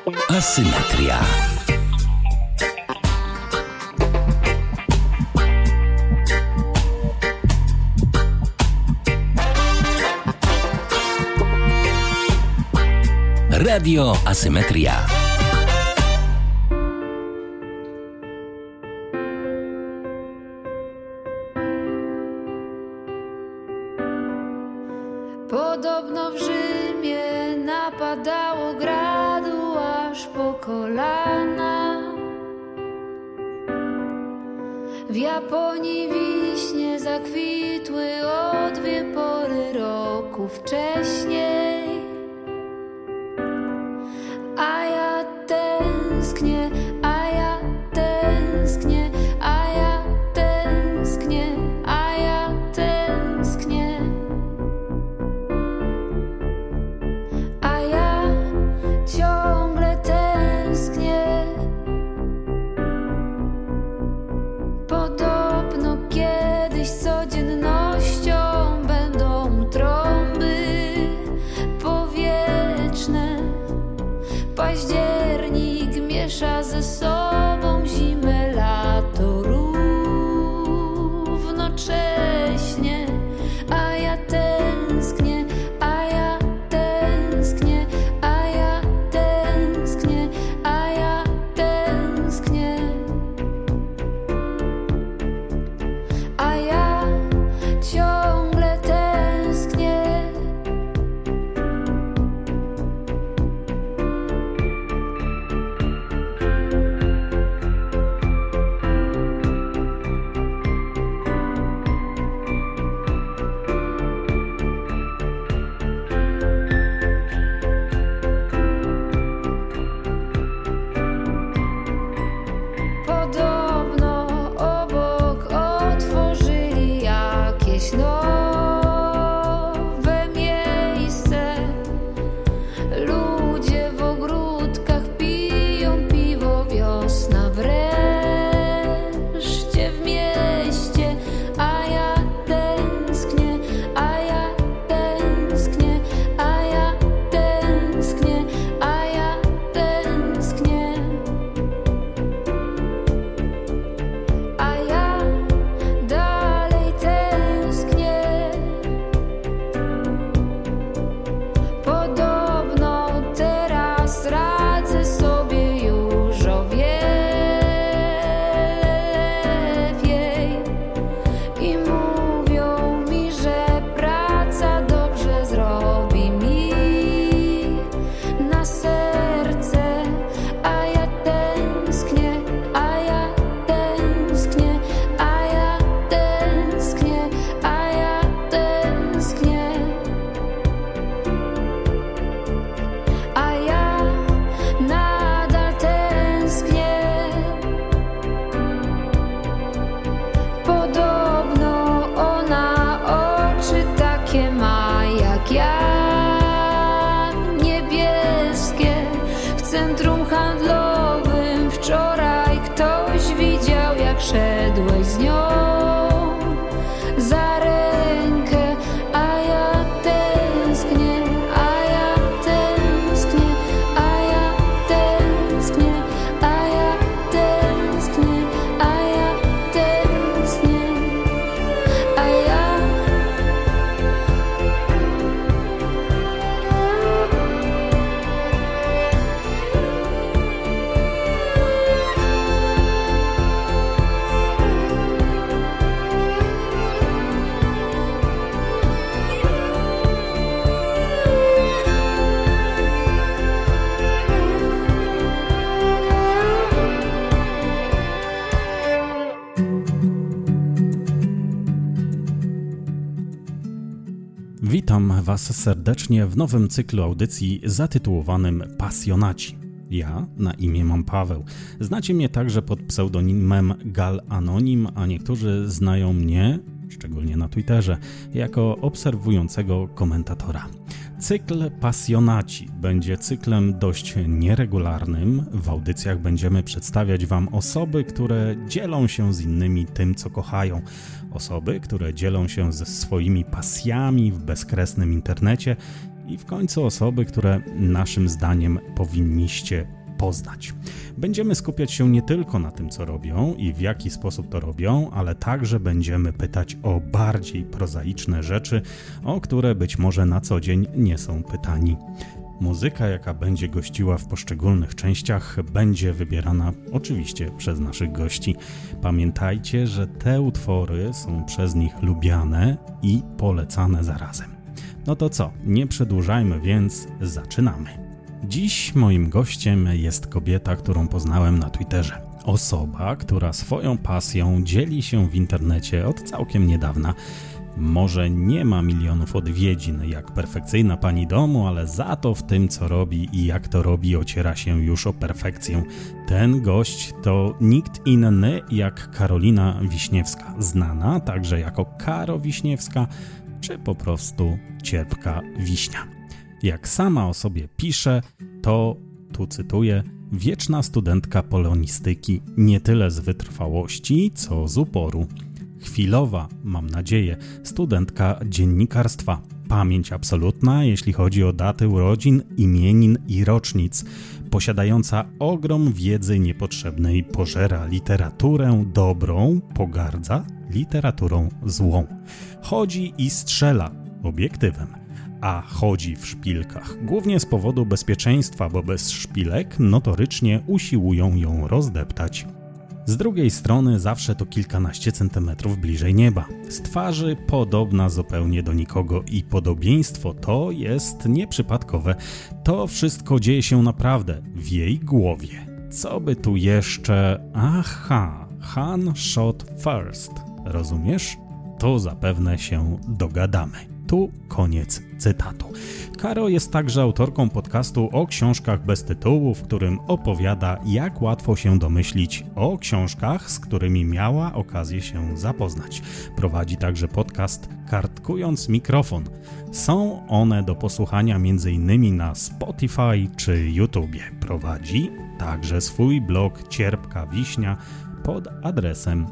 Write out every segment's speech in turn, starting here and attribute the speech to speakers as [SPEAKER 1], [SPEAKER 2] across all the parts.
[SPEAKER 1] Asymetria. Radio Asymetria.
[SPEAKER 2] Podobno w Rzymie napadało gradu aż po kolana. W Japonii wiśnie zakwitły o 2 pory roku wcześniej. A ja tęsknię, a ja tęsknię, a ja tęsknię, a ja tęsknię. A ja ciągle tęsknię. Podobno kiedyś codziennością będą trąby powietrzne. Październik miesza ze sobą zimę, lato równocześnie. A ja tęsknię, a ja tęsknię, a ja tęsknię, a ja tęsknię. A ja ciągle tęsknię. Podobno obok otworzyli jakieś nowe miejsce. Ludzie w ogródkach piją piwo, wiosna wreszcie w mieście. A ja tęsknię, a ja tęsknię, a ja tęsknię, a ja tęsknię. A ja dalej tęsknię. Podobno teraz radzę sobie już o wiele lepiej. I mówią mi, że praca dobrze zrobi mi na serce. A ja tęsknię, a ja tęsknię, a ja tęsknię, a ja tęsknię. A ja nadal tęsknię. Podobno ona oczy takie ma jak ja, niebieskie. W centrum handlowym wczoraj ktoś widział, jak szedłeś z nią za rękę. A ja tęsknię, a ja tęsknię, a ja tęsknię, a ja tęsknię, a ja tęsknię, a ja.
[SPEAKER 3] Witam Was serdecznie w nowym cyklu audycji zatytułowanym Pasjonaci. Ja na imię mam Paweł. Znacie mnie także pod pseudonimem Gal Anonim, a niektórzy znają mnie, szczególnie na Twitterze, jako obserwującego komentatora. Cykl Pasjonaci będzie cyklem dość nieregularnym. W audycjach będziemy przedstawiać Wam osoby, które dzielą się z innymi tym, co kochają. Osoby, które dzielą się ze swoimi pasjami w bezkresnym internecie i w końcu osoby, które naszym zdaniem powinniście poznać. Będziemy skupiać się nie tylko na tym, co robią i w jaki sposób to robią, ale także będziemy pytać o bardziej prozaiczne rzeczy, o które być może na co dzień nie są pytani. Muzyka, jaka będzie gościła w poszczególnych częściach, będzie wybierana oczywiście przez naszych gości. Pamiętajcie, że te utwory są przez nich lubiane i polecane zarazem. No to co, nie przedłużajmy, więc zaczynamy. Dziś moim gościem jest kobieta, którą poznałem na Twitterze. Osoba, która swoją pasją dzieli się w internecie od całkiem niedawna. Może nie ma milionów odwiedzin jak perfekcyjna pani domu, ale za to w tym, co robi i jak to robi, ociera się już o perfekcję. Ten gość to nikt inny jak Karolina Wiśniewska, znana także jako Karo Wiśniewska, czy po prostu Cierpka Wiśnia. Jak sama o sobie pisze, to, tu cytuję, wieczna studentka polonistyki, nie tyle z wytrwałości, co z uporu. Chwilowa, mam nadzieję, studentka dziennikarstwa. Pamięć absolutna, jeśli chodzi o daty urodzin, imienin i rocznic. Posiadająca ogrom wiedzy niepotrzebnej, pożera literaturę dobrą, pogardza literaturą złą. Chodzi i strzela obiektywem, a chodzi w szpilkach. Głównie z powodu bezpieczeństwa, bo bez szpilek notorycznie usiłują ją rozdeptać. Z drugiej strony zawsze to kilkanaście centymetrów bliżej nieba. Z twarzy podobna zupełnie do nikogo i podobieństwo to jest nieprzypadkowe. To wszystko dzieje się naprawdę w jej głowie. Co by tu jeszcze... Aha, Han shot first. Rozumiesz? To zapewne się dogadamy. Tu koniec cytatu. Karo jest także autorką podcastu o książkach bez tytułu, w którym opowiada, jak łatwo się domyślić o książkach, z którymi miała okazję się zapoznać. Prowadzi także podcast Kartkując mikrofon. Są one do posłuchania m.in. na Spotify czy YouTubie. Prowadzi także swój blog Cierpka Wiśnia pod adresem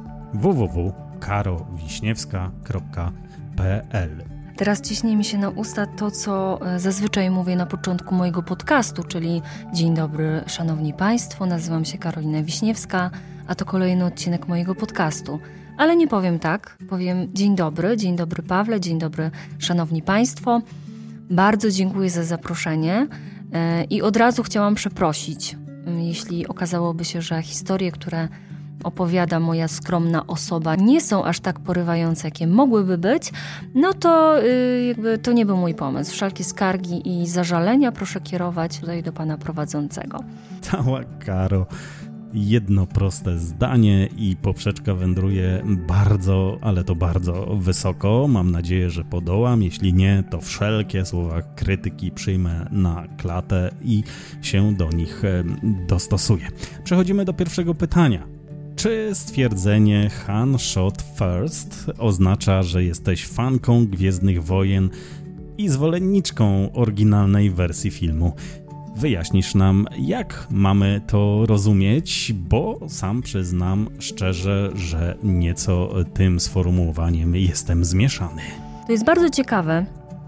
[SPEAKER 3] www.karowiśniewska.pl.
[SPEAKER 4] Teraz ciśnie mi się na usta to, co zazwyczaj mówię na początku mojego podcastu, czyli dzień dobry, szanowni państwo, nazywam się Karolina Wiśniewska, a to kolejny odcinek mojego podcastu. Ale nie powiem tak, powiem dzień dobry Pawle, dzień dobry, szanowni państwo. Bardzo dziękuję za zaproszenie i od razu chciałam przeprosić, jeśli okazałoby się, że historie, które opowiada moja skromna osoba, nie są aż tak porywające, jakie mogłyby być, no to jakby to nie był mój pomysł. Wszelkie skargi i zażalenia proszę kierować tutaj do pana prowadzącego.
[SPEAKER 3] Cała Karo, jedno proste zdanie i poprzeczka wędruje bardzo, ale to bardzo wysoko. Mam nadzieję, że podołam. Jeśli nie, to wszelkie słowa krytyki przyjmę na klatę i się do nich dostosuję. Przechodzimy do pierwszego pytania. Czy stwierdzenie Han shot first oznacza, że jesteś fanką Gwiezdnych Wojen i zwolenniczką oryginalnej wersji filmu? Wyjaśnisz nam, jak mamy to rozumieć, bo sam przyznam szczerze, że nieco tym sformułowaniem jestem zmieszany.
[SPEAKER 4] To jest bardzo ciekawe,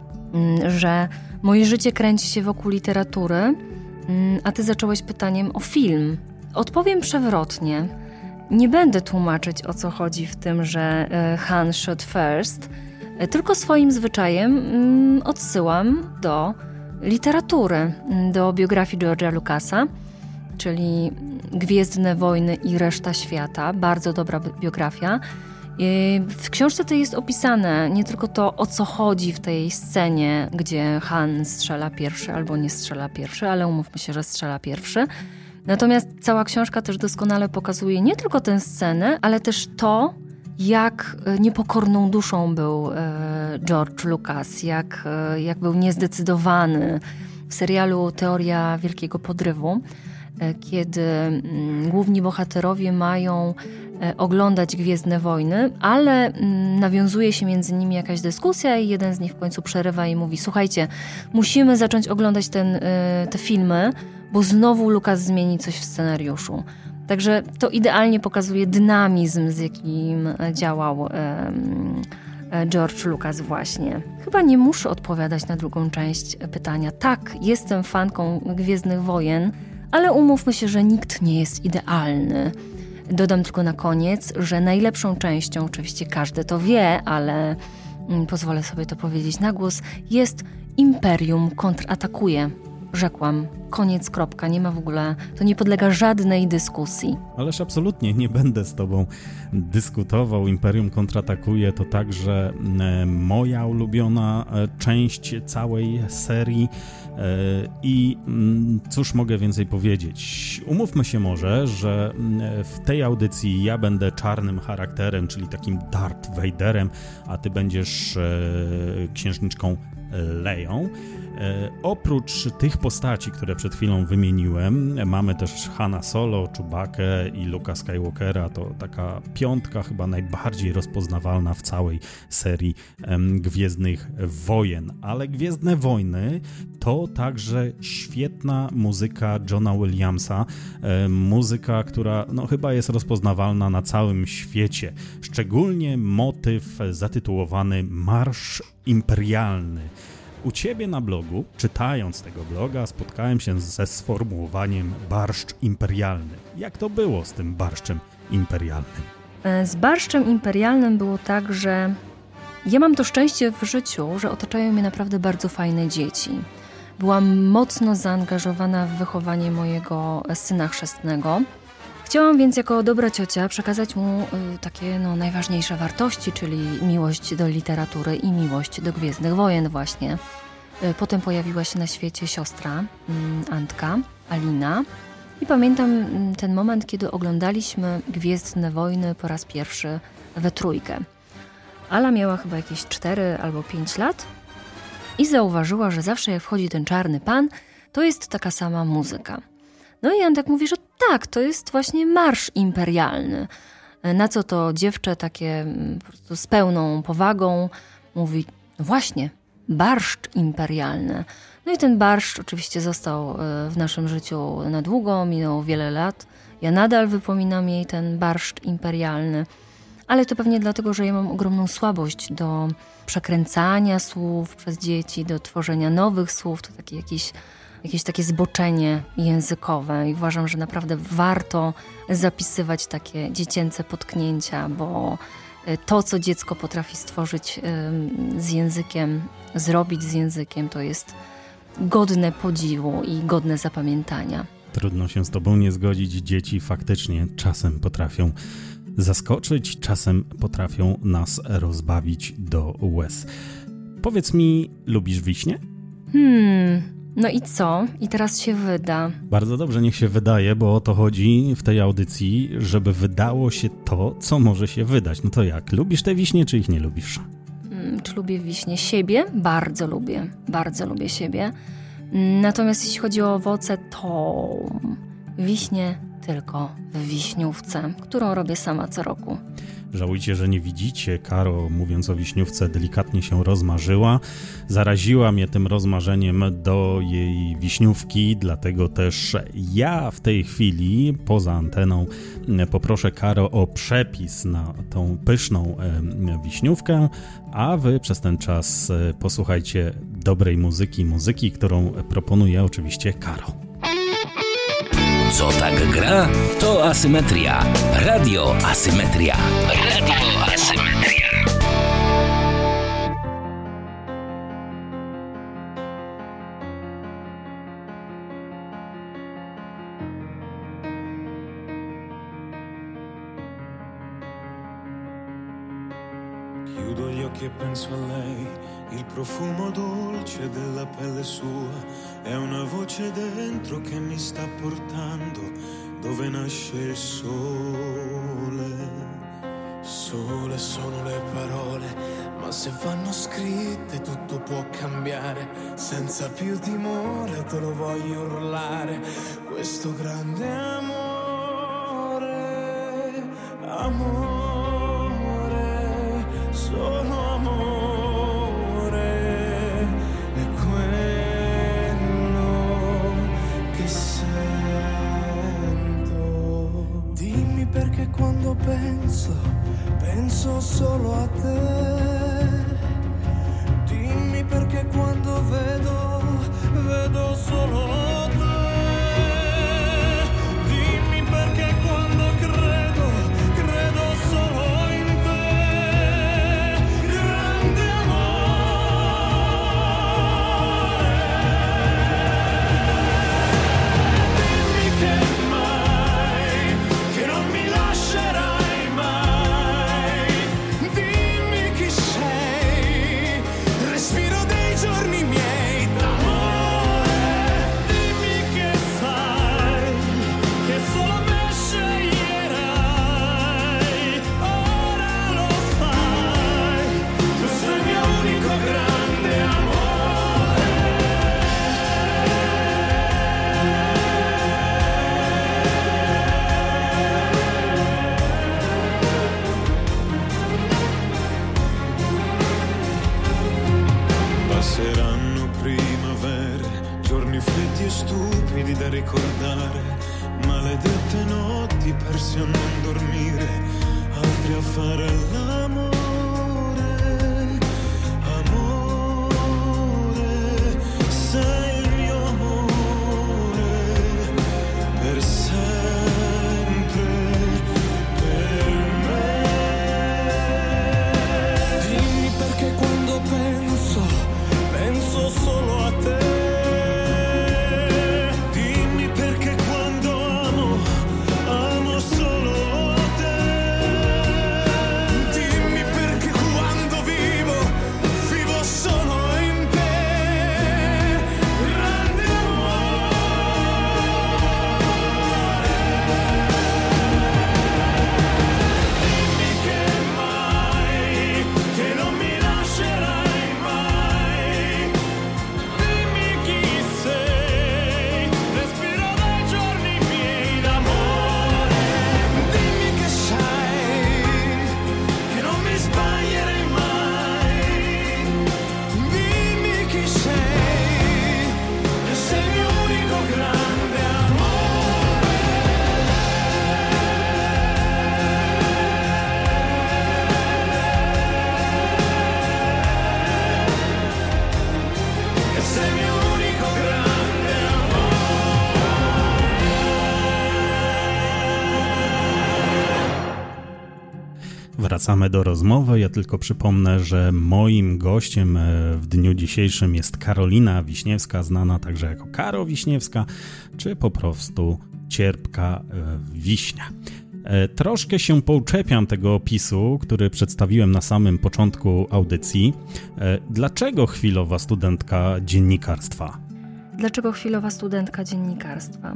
[SPEAKER 4] że moje życie kręci się wokół literatury, a ty zacząłeś pytaniem o film. Odpowiem przewrotnie. Nie będę tłumaczyć, o co chodzi w tym, że Han shot first, tylko swoim zwyczajem odsyłam do literatury, do biografii George'a Lucasa, czyli Gwiezdne Wojny i reszta świata. Bardzo dobra biografia. W książce tej jest opisane nie tylko to, o co chodzi w tej scenie, gdzie Han strzela pierwszy albo nie strzela pierwszy, ale umówmy się, że strzela pierwszy. Natomiast cała książka też doskonale pokazuje nie tylko tę scenę, ale też to, jak niepokorną duszą był George Lucas, jak był niezdecydowany. W serialu Teoria Wielkiego Podrywu, kiedy główni bohaterowie mają oglądać Gwiezdne Wojny, ale nawiązuje się między nimi jakaś dyskusja i jeden z nich w końcu przerywa i mówi: słuchajcie, musimy zacząć oglądać te filmy, bo znowu Lucas zmieni coś w scenariuszu. Także to idealnie pokazuje dynamizm, z jakim działał George Lucas właśnie. Chyba nie muszę odpowiadać na drugą część pytania. Tak, jestem fanką Gwiezdnych Wojen, ale umówmy się, że nikt nie jest idealny. Dodam tylko na koniec, że najlepszą częścią, oczywiście każdy to wie, ale pozwolę sobie to powiedzieć na głos, jest Imperium kontratakuje. Rzekłam, koniec, kropka, nie ma w ogóle, to nie podlega żadnej dyskusji.
[SPEAKER 3] Ależ absolutnie nie będę z tobą dyskutował. Imperium kontratakuje to także moja ulubiona część całej serii i cóż mogę więcej powiedzieć. Umówmy się może, że w tej audycji ja będę czarnym charakterem, czyli takim Darth Vaderem, a ty będziesz księżniczką Leją. Oprócz tych postaci, które przed chwilą wymieniłem, mamy też Hana Solo, Chewbackę i Luke'a Skywalkera. To taka piątka chyba najbardziej rozpoznawalna w całej serii Gwiezdnych Wojen. Ale Gwiezdne Wojny to także świetna muzyka Johna Williamsa. Muzyka, która chyba jest rozpoznawalna na całym świecie. Szczególnie motyw zatytułowany Marsz Imperialny. U ciebie na blogu, czytając tego bloga, spotkałem się ze sformułowaniem barszcz imperialny. Jak to było z tym barszczem imperialnym?
[SPEAKER 4] Z barszczem imperialnym było tak, że ja mam to szczęście w życiu, że otaczają mnie naprawdę bardzo fajne dzieci. Byłam mocno zaangażowana w wychowanie mojego syna chrzestnego. Chciałam więc jako dobra ciocia przekazać mu takie najważniejsze wartości, czyli miłość do literatury i miłość do Gwiezdnych Wojen właśnie. Potem pojawiła się na świecie siostra Antka, Alina. I pamiętam ten moment, kiedy oglądaliśmy Gwiezdne Wojny po raz pierwszy we trójkę. Ala miała chyba jakieś 4 albo 5 lat i zauważyła, że zawsze jak wchodzi ten czarny pan, to jest taka sama muzyka. No i Antek mówi, że tak, to jest właśnie marsz imperialny. Na co to dziewczę takie po prostu z pełną powagą mówi, no właśnie, barszcz imperialny. No i ten barszcz oczywiście został w naszym życiu na długo, minęło wiele lat. Ja nadal wypominam jej ten barszcz imperialny, ale to pewnie dlatego, że ja mam ogromną słabość do przekręcania słów przez dzieci, do tworzenia nowych słów, to takie jakieś takie zboczenie językowe i uważam, że naprawdę warto zapisywać takie dziecięce potknięcia, bo to, co dziecko potrafi stworzyć z językiem, zrobić z językiem, to jest godne podziwu i godne zapamiętania.
[SPEAKER 3] Trudno się z tobą nie zgodzić. Dzieci faktycznie czasem potrafią zaskoczyć, czasem potrafią nas rozbawić do łez. Powiedz mi, lubisz wiśnie?
[SPEAKER 4] No i co? I teraz się wyda.
[SPEAKER 3] Bardzo dobrze, niech się wydaje, bo o to chodzi w tej audycji, żeby wydało się to, co może się wydać. No to jak? Lubisz te wiśnie, czy ich nie lubisz?
[SPEAKER 4] Czy lubię wiśnie? Siebie? Bardzo lubię siebie. Natomiast jeśli chodzi o owoce, to wiśnie tylko w wiśniówce, którą robię sama co roku.
[SPEAKER 3] Żałujcie, że nie widzicie. Karo, mówiąc o wiśniówce, delikatnie się rozmarzyła. Zaraziła mnie tym rozmarzeniem do jej wiśniówki, dlatego też ja w tej chwili, poza anteną, poproszę Karo o przepis na tą pyszną wiśniówkę, a wy przez ten czas posłuchajcie dobrej muzyki, którą proponuje oczywiście Karo.
[SPEAKER 1] Co tak gra? To Asymetria. Radio Asymetria. Radio Asymetria.
[SPEAKER 5] Chiudo gli occhi e penso a lei, il profumo dolce della pelle sua, è una voce dentro che mi sta portando dove nasce il sole. Sole sono le parole, ma se vanno scritte tutto può cambiare, senza più timore te lo voglio urlare, questo grande amore, amore, solo amore, è quello che sento. Dimmi perché quando penso solo a te. Dimmi perché quando vedo solo te. stupidi da ricordare, maledette notti persi a non dormire, altri a fare l'amore, amore, sei il mio amore, per sempre, per me. Dimmi perché quando penso solo a te. Dimmi perché quando amo solo te. Dimmi perché quando vivo solo in te. Grande amore. Dimmi che mai, che non mi lascerai mai. Dimmi chi sei, respiro dai giorni miei d'amore. Dimmi che sai, che non mi sbaglierei mai. Dimmi chi sei, che sei il mio unico grande amore. Che sei il mio unico grande
[SPEAKER 3] Wracamy do rozmowy. Ja tylko przypomnę, że moim gościem w dniu dzisiejszym jest Karolina Wiśniewska, znana także jako Karo Wiśniewska, czy po prostu Cierpka Wiśnia. Troszkę się pouczepiam tego opisu, który przedstawiłem na samym początku audycji. Dlaczego chwilowa studentka dziennikarstwa?
[SPEAKER 4] Dlaczego chwilowa studentka dziennikarstwa?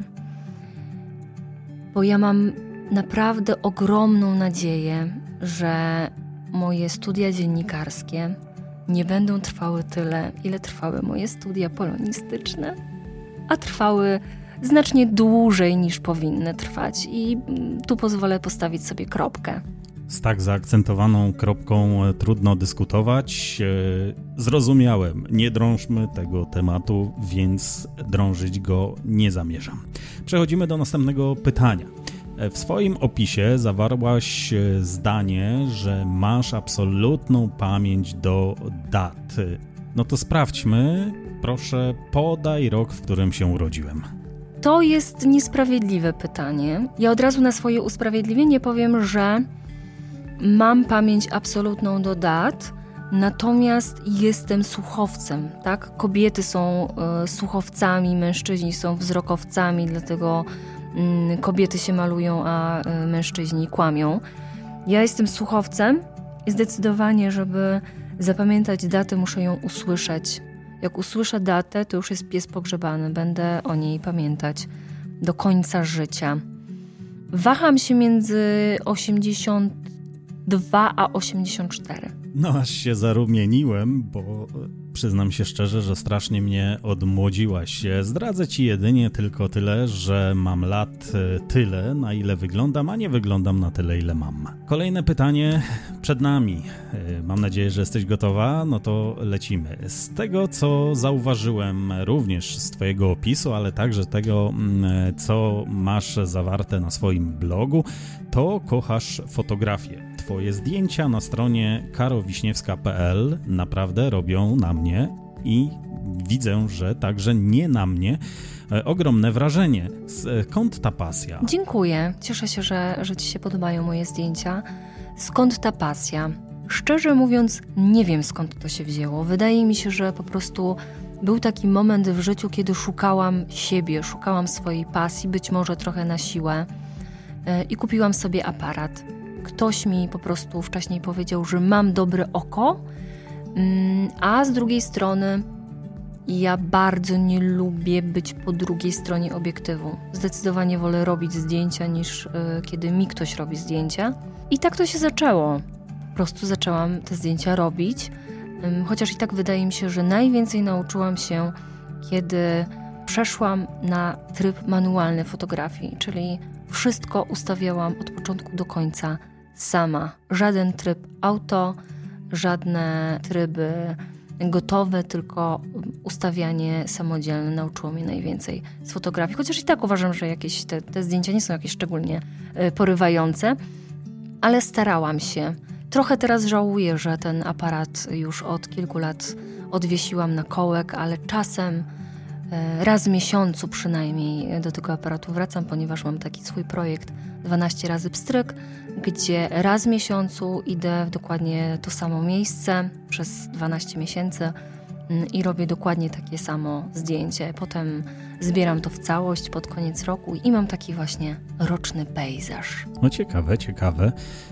[SPEAKER 4] Bo ja mam naprawdę ogromną nadzieję, że moje studia dziennikarskie nie będą trwały tyle, ile trwały moje studia polonistyczne, a trwały znacznie dłużej niż powinny trwać i tu pozwolę postawić sobie kropkę.
[SPEAKER 3] Z tak zaakcentowaną kropką trudno dyskutować. Zrozumiałem, nie drążmy tego tematu, więc drążyć go nie zamierzam. Przechodzimy do następnego pytania. W swoim opisie zawarłaś zdanie, że masz absolutną pamięć do dat. No to sprawdźmy. Proszę, podaj rok, w którym się urodziłem.
[SPEAKER 4] To jest niesprawiedliwe pytanie. Ja od razu na swoje usprawiedliwienie powiem, że mam pamięć absolutną do dat, natomiast jestem słuchowcem, tak? Kobiety są słuchowcami, mężczyźni są wzrokowcami, dlatego kobiety się malują, a mężczyźni kłamią. Ja jestem słuchowcem i zdecydowanie, żeby zapamiętać datę, muszę ją usłyszeć. Jak usłyszę datę, to już jest pies pogrzebany, będę o niej pamiętać do końca życia. Waham się między 82 a 84.
[SPEAKER 3] No aż się zarumieniłem, bo przyznam się szczerze, że strasznie mnie odmłodziłaś. Zdradzę ci jedynie tylko tyle, że mam lat tyle, na ile wyglądam, a nie wyglądam na tyle, ile mam. Kolejne pytanie przed nami. Mam nadzieję, że jesteś gotowa. No to lecimy. Z tego, co zauważyłem również z twojego opisu, ale także tego, co masz zawarte na swoim blogu, to kochasz fotografię. Twoje zdjęcia na stronie karowiśniewska.pl naprawdę robią na mnie i widzę, że także nie na mnie ogromne wrażenie. Skąd ta pasja?
[SPEAKER 4] Dziękuję. Cieszę się, że ci się podobają moje zdjęcia. Skąd ta pasja? Szczerze mówiąc, nie wiem, skąd to się wzięło. Wydaje mi się, że po prostu był taki moment w życiu, kiedy szukałam siebie, szukałam swojej pasji, być może trochę na siłę i kupiłam sobie aparat. Ktoś mi po prostu wcześniej powiedział, że mam dobre oko, a z drugiej strony ja bardzo nie lubię być po drugiej stronie obiektywu. Zdecydowanie wolę robić zdjęcia, niż kiedy mi ktoś robi zdjęcia. I tak to się zaczęło. Po prostu zaczęłam te zdjęcia robić, chociaż i tak wydaje mi się, że najwięcej nauczyłam się, kiedy przeszłam na tryb manualny fotografii, czyli wszystko ustawiałam od początku do końca sama. Żaden tryb auto, żadne tryby gotowe, tylko ustawianie samodzielne nauczyło mnie najwięcej z fotografii. Chociaż i tak uważam, że jakieś te zdjęcia nie są jakieś szczególnie porywające, ale starałam się. Trochę teraz żałuję, że ten aparat już od kilku lat odwiesiłam na kołek, ale czasem raz w miesiącu przynajmniej do tego aparatu wracam, ponieważ mam taki swój projekt 12 razy pstryk, gdzie raz w miesiącu idę w dokładnie to samo miejsce przez 12 miesięcy i robię dokładnie takie samo zdjęcie. Potem zbieram to w całość pod koniec roku i mam taki właśnie roczny pejzaż.
[SPEAKER 3] No ciekawe.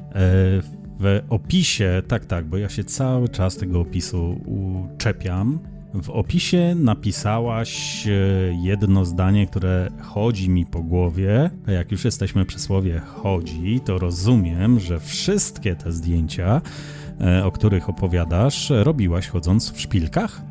[SPEAKER 3] W opisie, tak, bo ja się cały czas tego opisu uczepiam. W opisie napisałaś jedno zdanie, które chodzi mi po głowie, a jak już jesteśmy przy słowie chodzi, to rozumiem, że wszystkie te zdjęcia, o których opowiadasz, robiłaś chodząc w szpilkach?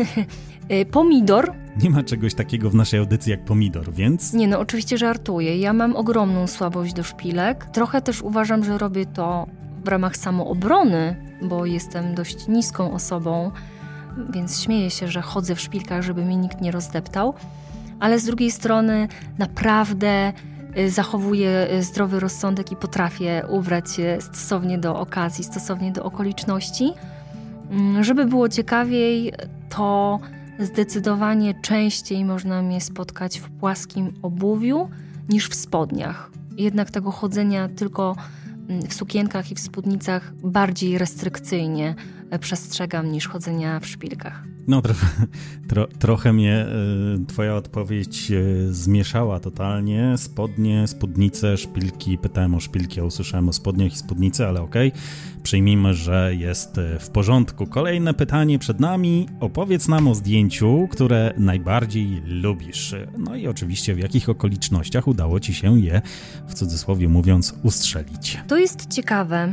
[SPEAKER 4] Pomidor.
[SPEAKER 3] Nie ma czegoś takiego w naszej audycji jak pomidor, więc...
[SPEAKER 4] Nie, no oczywiście żartuję. Ja mam ogromną słabość do szpilek. Trochę też uważam, że robię to w ramach samoobrony, bo jestem dość niską osobą, więc śmieję się, że chodzę w szpilkach, żeby mnie nikt nie rozdeptał, ale z drugiej strony naprawdę zachowuję zdrowy rozsądek i potrafię ubrać się stosownie do okazji, stosownie do okoliczności. Żeby było ciekawiej, to zdecydowanie częściej można mnie spotkać w płaskim obuwiu niż w spodniach. Jednak tego chodzenia tylko w sukienkach i w spódnicach bardziej restrykcyjnie przestrzegam niż chodzenia w szpilkach.
[SPEAKER 3] No trochę mnie twoja odpowiedź zmieszała totalnie. Spodnie, spódnice, szpilki. Pytałem o szpilki, a usłyszałem o spodniach i spódnicy, ale okej. Przyjmijmy, że jest w porządku. Kolejne pytanie przed nami. Opowiedz nam o zdjęciu, które najbardziej lubisz. No i oczywiście w jakich okolicznościach udało ci się je, w cudzysłowie mówiąc, ustrzelić.
[SPEAKER 4] To jest ciekawe,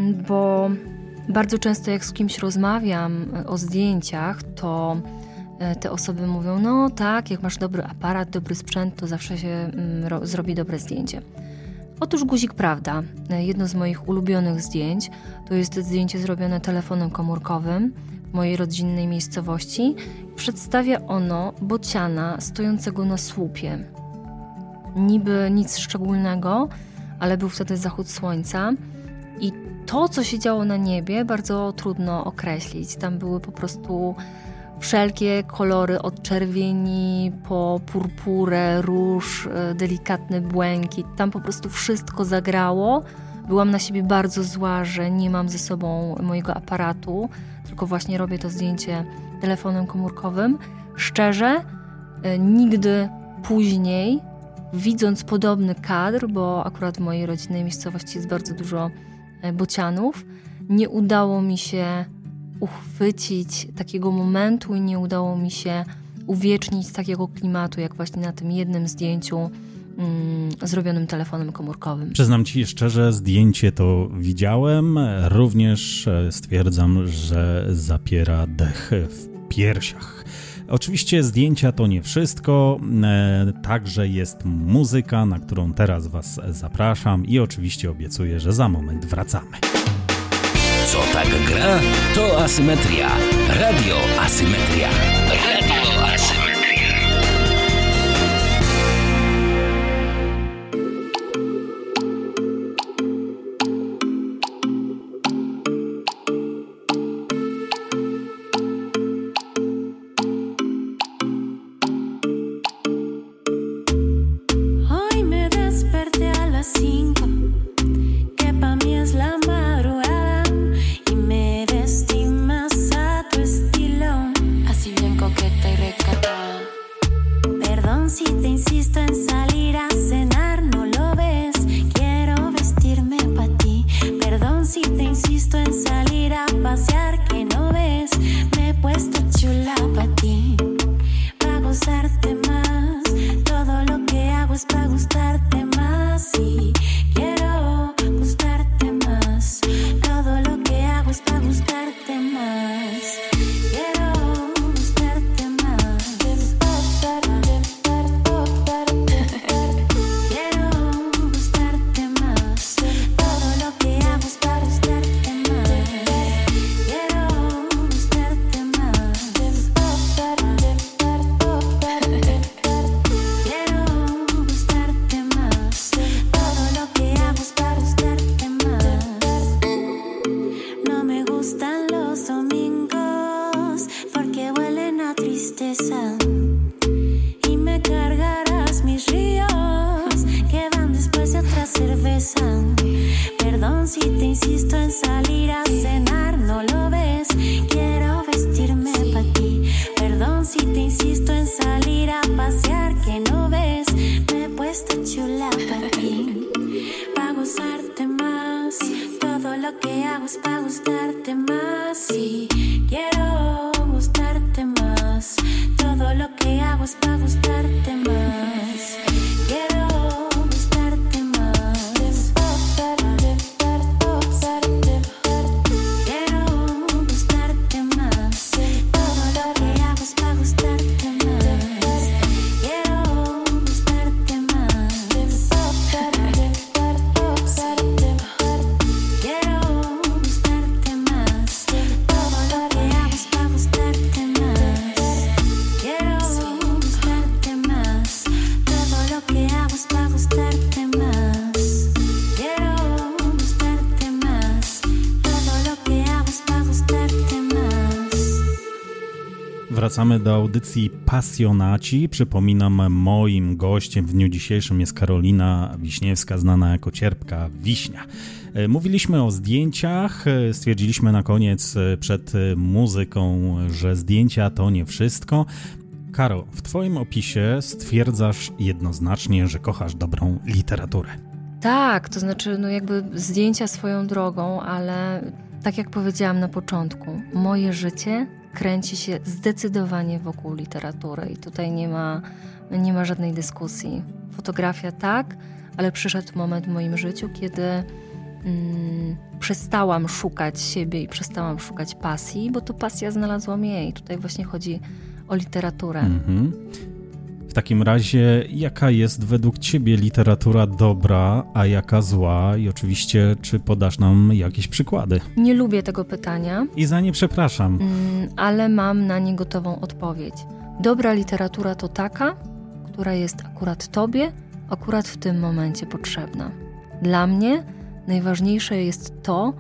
[SPEAKER 4] bo bardzo często jak z kimś rozmawiam o zdjęciach, to te osoby mówią, no tak, jak masz dobry aparat, dobry sprzęt, to zawsze się zrobi dobre zdjęcie. Otóż guzik prawda. Jedno z moich ulubionych zdjęć to jest zdjęcie zrobione telefonem komórkowym w mojej rodzinnej miejscowości. Przedstawia ono bociana stojącego na słupie. Niby nic szczególnego, ale był wtedy zachód słońca i to, co się działo na niebie, bardzo trudno określić. Tam były po prostu wszelkie kolory, od czerwieni po purpurę, róż, delikatny błękit. Tam po prostu wszystko zagrało. Byłam na siebie bardzo zła, że nie mam ze sobą mojego aparatu, tylko właśnie robię to zdjęcie telefonem komórkowym. Szczerze, nigdy później, widząc podobny kadr, bo akurat w mojej rodzinnej miejscowości jest bardzo dużo bocianów, nie udało mi się uchwycić takiego momentu i nie udało mi się uwiecznić takiego klimatu, jak właśnie na tym jednym zdjęciu zrobionym telefonem komórkowym.
[SPEAKER 3] Przyznam ci szczerze, zdjęcie to widziałem. Również stwierdzam, że zapiera dech w piersiach. Oczywiście zdjęcia to nie wszystko, także jest muzyka, na którą teraz was zapraszam i oczywiście obiecuję, że za moment wracamy.
[SPEAKER 1] Co tak gra, to asymetria. Radio Asymetria. Radio Asymetria.
[SPEAKER 6] Hoy me desperté a las 5, que pa' mí es la madrugada, y me vestí más a tu estilo, así bien coqueta y recatada. Perdón si te insisto en salir a cenar, no lo ves, quiero vestirme pa' ti. Perdón si te insisto en salir a pasear, que no ves, me he puesto chula pa' ti, pa' gozarte más. Todo lo que hago es pa' gustarte más y quiero gustarte más. Todo lo que hago es pa' gustarte más. Quiero gustarte más. Quiero gustarte más. Todo lo que hago es pa' gustarte más. Quiero gustarte más. insisto en salir a cenar, no lo ves. Quiero vestirme para ti. Perdón si te insisto en salir a pasear, que no ves. Me he puesto chula para ti, pa' gozarte más. Todo lo que hago es pa' gustarte más. Sí, quiero gustarte más. Todo lo que hago es pa' gustarte más. Quiero gustarte más. Quiero gustarte más. Todo lo que hago es pa' gustarte más. Quiero gustarte más. Quiero gustarte más. Todo lo que hago es pa' gustarte más. Quiero gustarte más. Todo lo que hago es pa' gustarte más. Quiero gustarte más. Todo lo que hago es pa' gustarte más.
[SPEAKER 3] Wracamy do audycji Pasjonaci. Przypominam, moim gościem w dniu dzisiejszym jest Karolina Wiśniewska, znana jako Cierpka Wiśnia. Mówiliśmy o zdjęciach, stwierdziliśmy na koniec przed muzyką, że zdjęcia to nie wszystko. Karo, w twoim opisie stwierdzasz jednoznacznie, że kochasz dobrą literaturę.
[SPEAKER 4] Tak, to znaczy jakby zdjęcia swoją drogą, ale tak jak powiedziałam na początku, moje życie kręci się zdecydowanie wokół literatury i tutaj nie ma żadnej dyskusji. Fotografia tak, ale przyszedł moment w moim życiu, kiedy przestałam szukać siebie i przestałam szukać pasji, bo to pasja znalazła mnie i tutaj właśnie chodzi o literaturę.
[SPEAKER 3] W takim razie, jaka jest według ciebie literatura dobra, a jaka zła? I oczywiście, czy podasz nam jakieś przykłady?
[SPEAKER 4] Nie lubię tego pytania.
[SPEAKER 3] I za nie przepraszam.
[SPEAKER 4] Ale mam na nie gotową odpowiedź. Dobra literatura to taka, która jest akurat tobie, akurat w tym momencie potrzebna. Dla mnie najważniejsze jest to,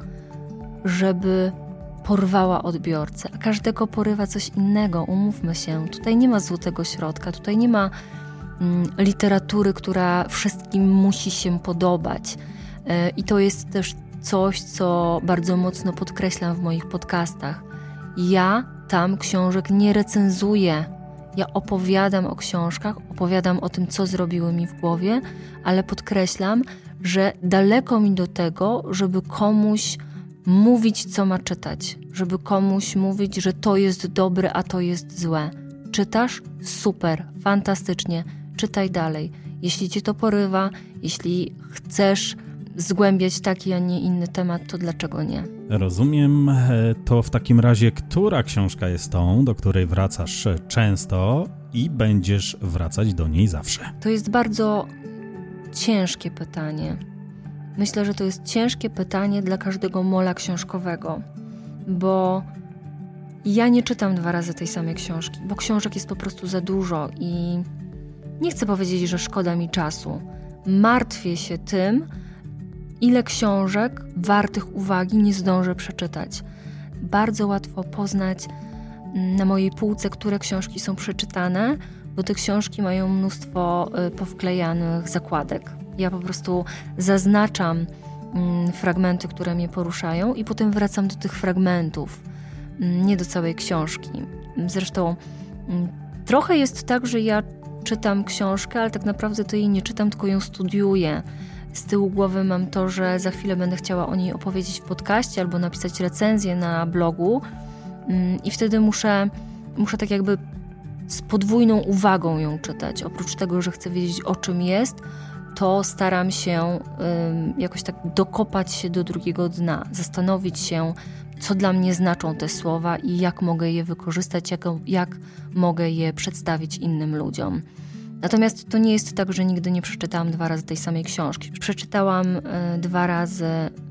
[SPEAKER 4] żeby porwała odbiorcę, a każdego porywa coś innego, umówmy się. Tutaj nie ma złotego środka, tutaj nie ma literatury, która wszystkim musi się podobać. I to jest też coś, co bardzo mocno podkreślam w moich podcastach. Ja tam książek nie recenzuję. Ja opowiadam o książkach, opowiadam o tym, co zrobiły mi w głowie, ale podkreślam, że daleko mi do tego, żeby komuś mówić, co ma czytać, żeby komuś mówić, że to jest dobre, a to jest złe. Czytasz? Super, fantastycznie, czytaj dalej. Jeśli cię to porywa, jeśli chcesz zgłębiać taki, a nie inny temat, to dlaczego nie?
[SPEAKER 3] Rozumiem. To w takim razie, która książka jest tą, do której wracasz często i będziesz wracać do niej zawsze?
[SPEAKER 4] To jest bardzo ciężkie pytanie. Myślę, że to jest ciężkie pytanie dla każdego mola książkowego, bo ja nie czytam 2 razy tej samej książki, bo książek jest po prostu za dużo i nie chcę powiedzieć, że szkoda mi czasu. Martwię się tym, ile książek wartych uwagi nie zdążę przeczytać. Bardzo łatwo poznać na mojej półce, które książki są przeczytane, bo te książki mają mnóstwo powklejanych zakładek. Ja po prostu zaznaczam fragmenty, które mnie poruszają i potem wracam do tych fragmentów, nie do całej książki. Zresztą trochę jest tak, że ja czytam książkę, ale tak naprawdę to jej nie czytam, tylko ją studiuję. Z tyłu głowy mam to, że za chwilę będę chciała o niej opowiedzieć w podcaście albo napisać recenzję na blogu i wtedy muszę tak jakby z podwójną uwagą ją czytać. Oprócz tego, że chcę wiedzieć, o czym jest, to staram się jakoś tak dokopać się do drugiego dna, zastanowić się, co dla mnie znaczą te słowa i jak mogę je wykorzystać, jak mogę je przedstawić innym ludziom. Natomiast to nie jest tak, że nigdy nie przeczytałam 2 razy tej samej książki. Przeczytałam 2 razy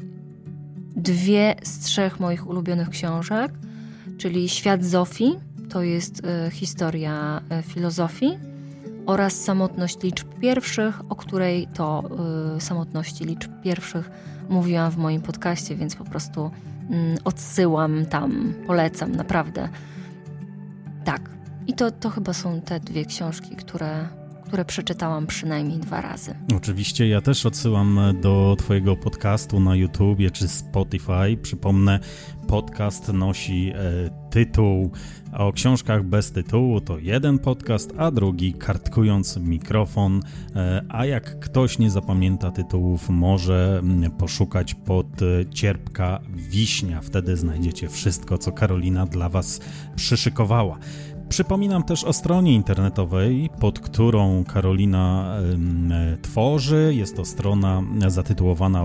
[SPEAKER 4] 2 z 3 moich ulubionych książek, czyli Świat Zofii, to jest historia filozofii, oraz Samotność liczb pierwszych, o której to samotności liczb pierwszych mówiłam w moim podcaście, więc po prostu odsyłam tam, polecam, naprawdę. Tak. I to chyba są te 2 książki, które które przeczytałam przynajmniej 2 razy.
[SPEAKER 3] Oczywiście, ja też odsyłam do twojego podcastu na YouTubie czy Spotify. Przypomnę, podcast nosi tytuł o książkach bez tytułu. To jeden podcast, a drugi Kartkując mikrofon. A jak ktoś nie zapamięta tytułów, może poszukać pod Cierpka Wiśnia. Wtedy znajdziecie wszystko, co Karolina dla was przyszykowała. Przypominam też o stronie internetowej, pod którą Karolina tworzy. Jest to strona zatytułowana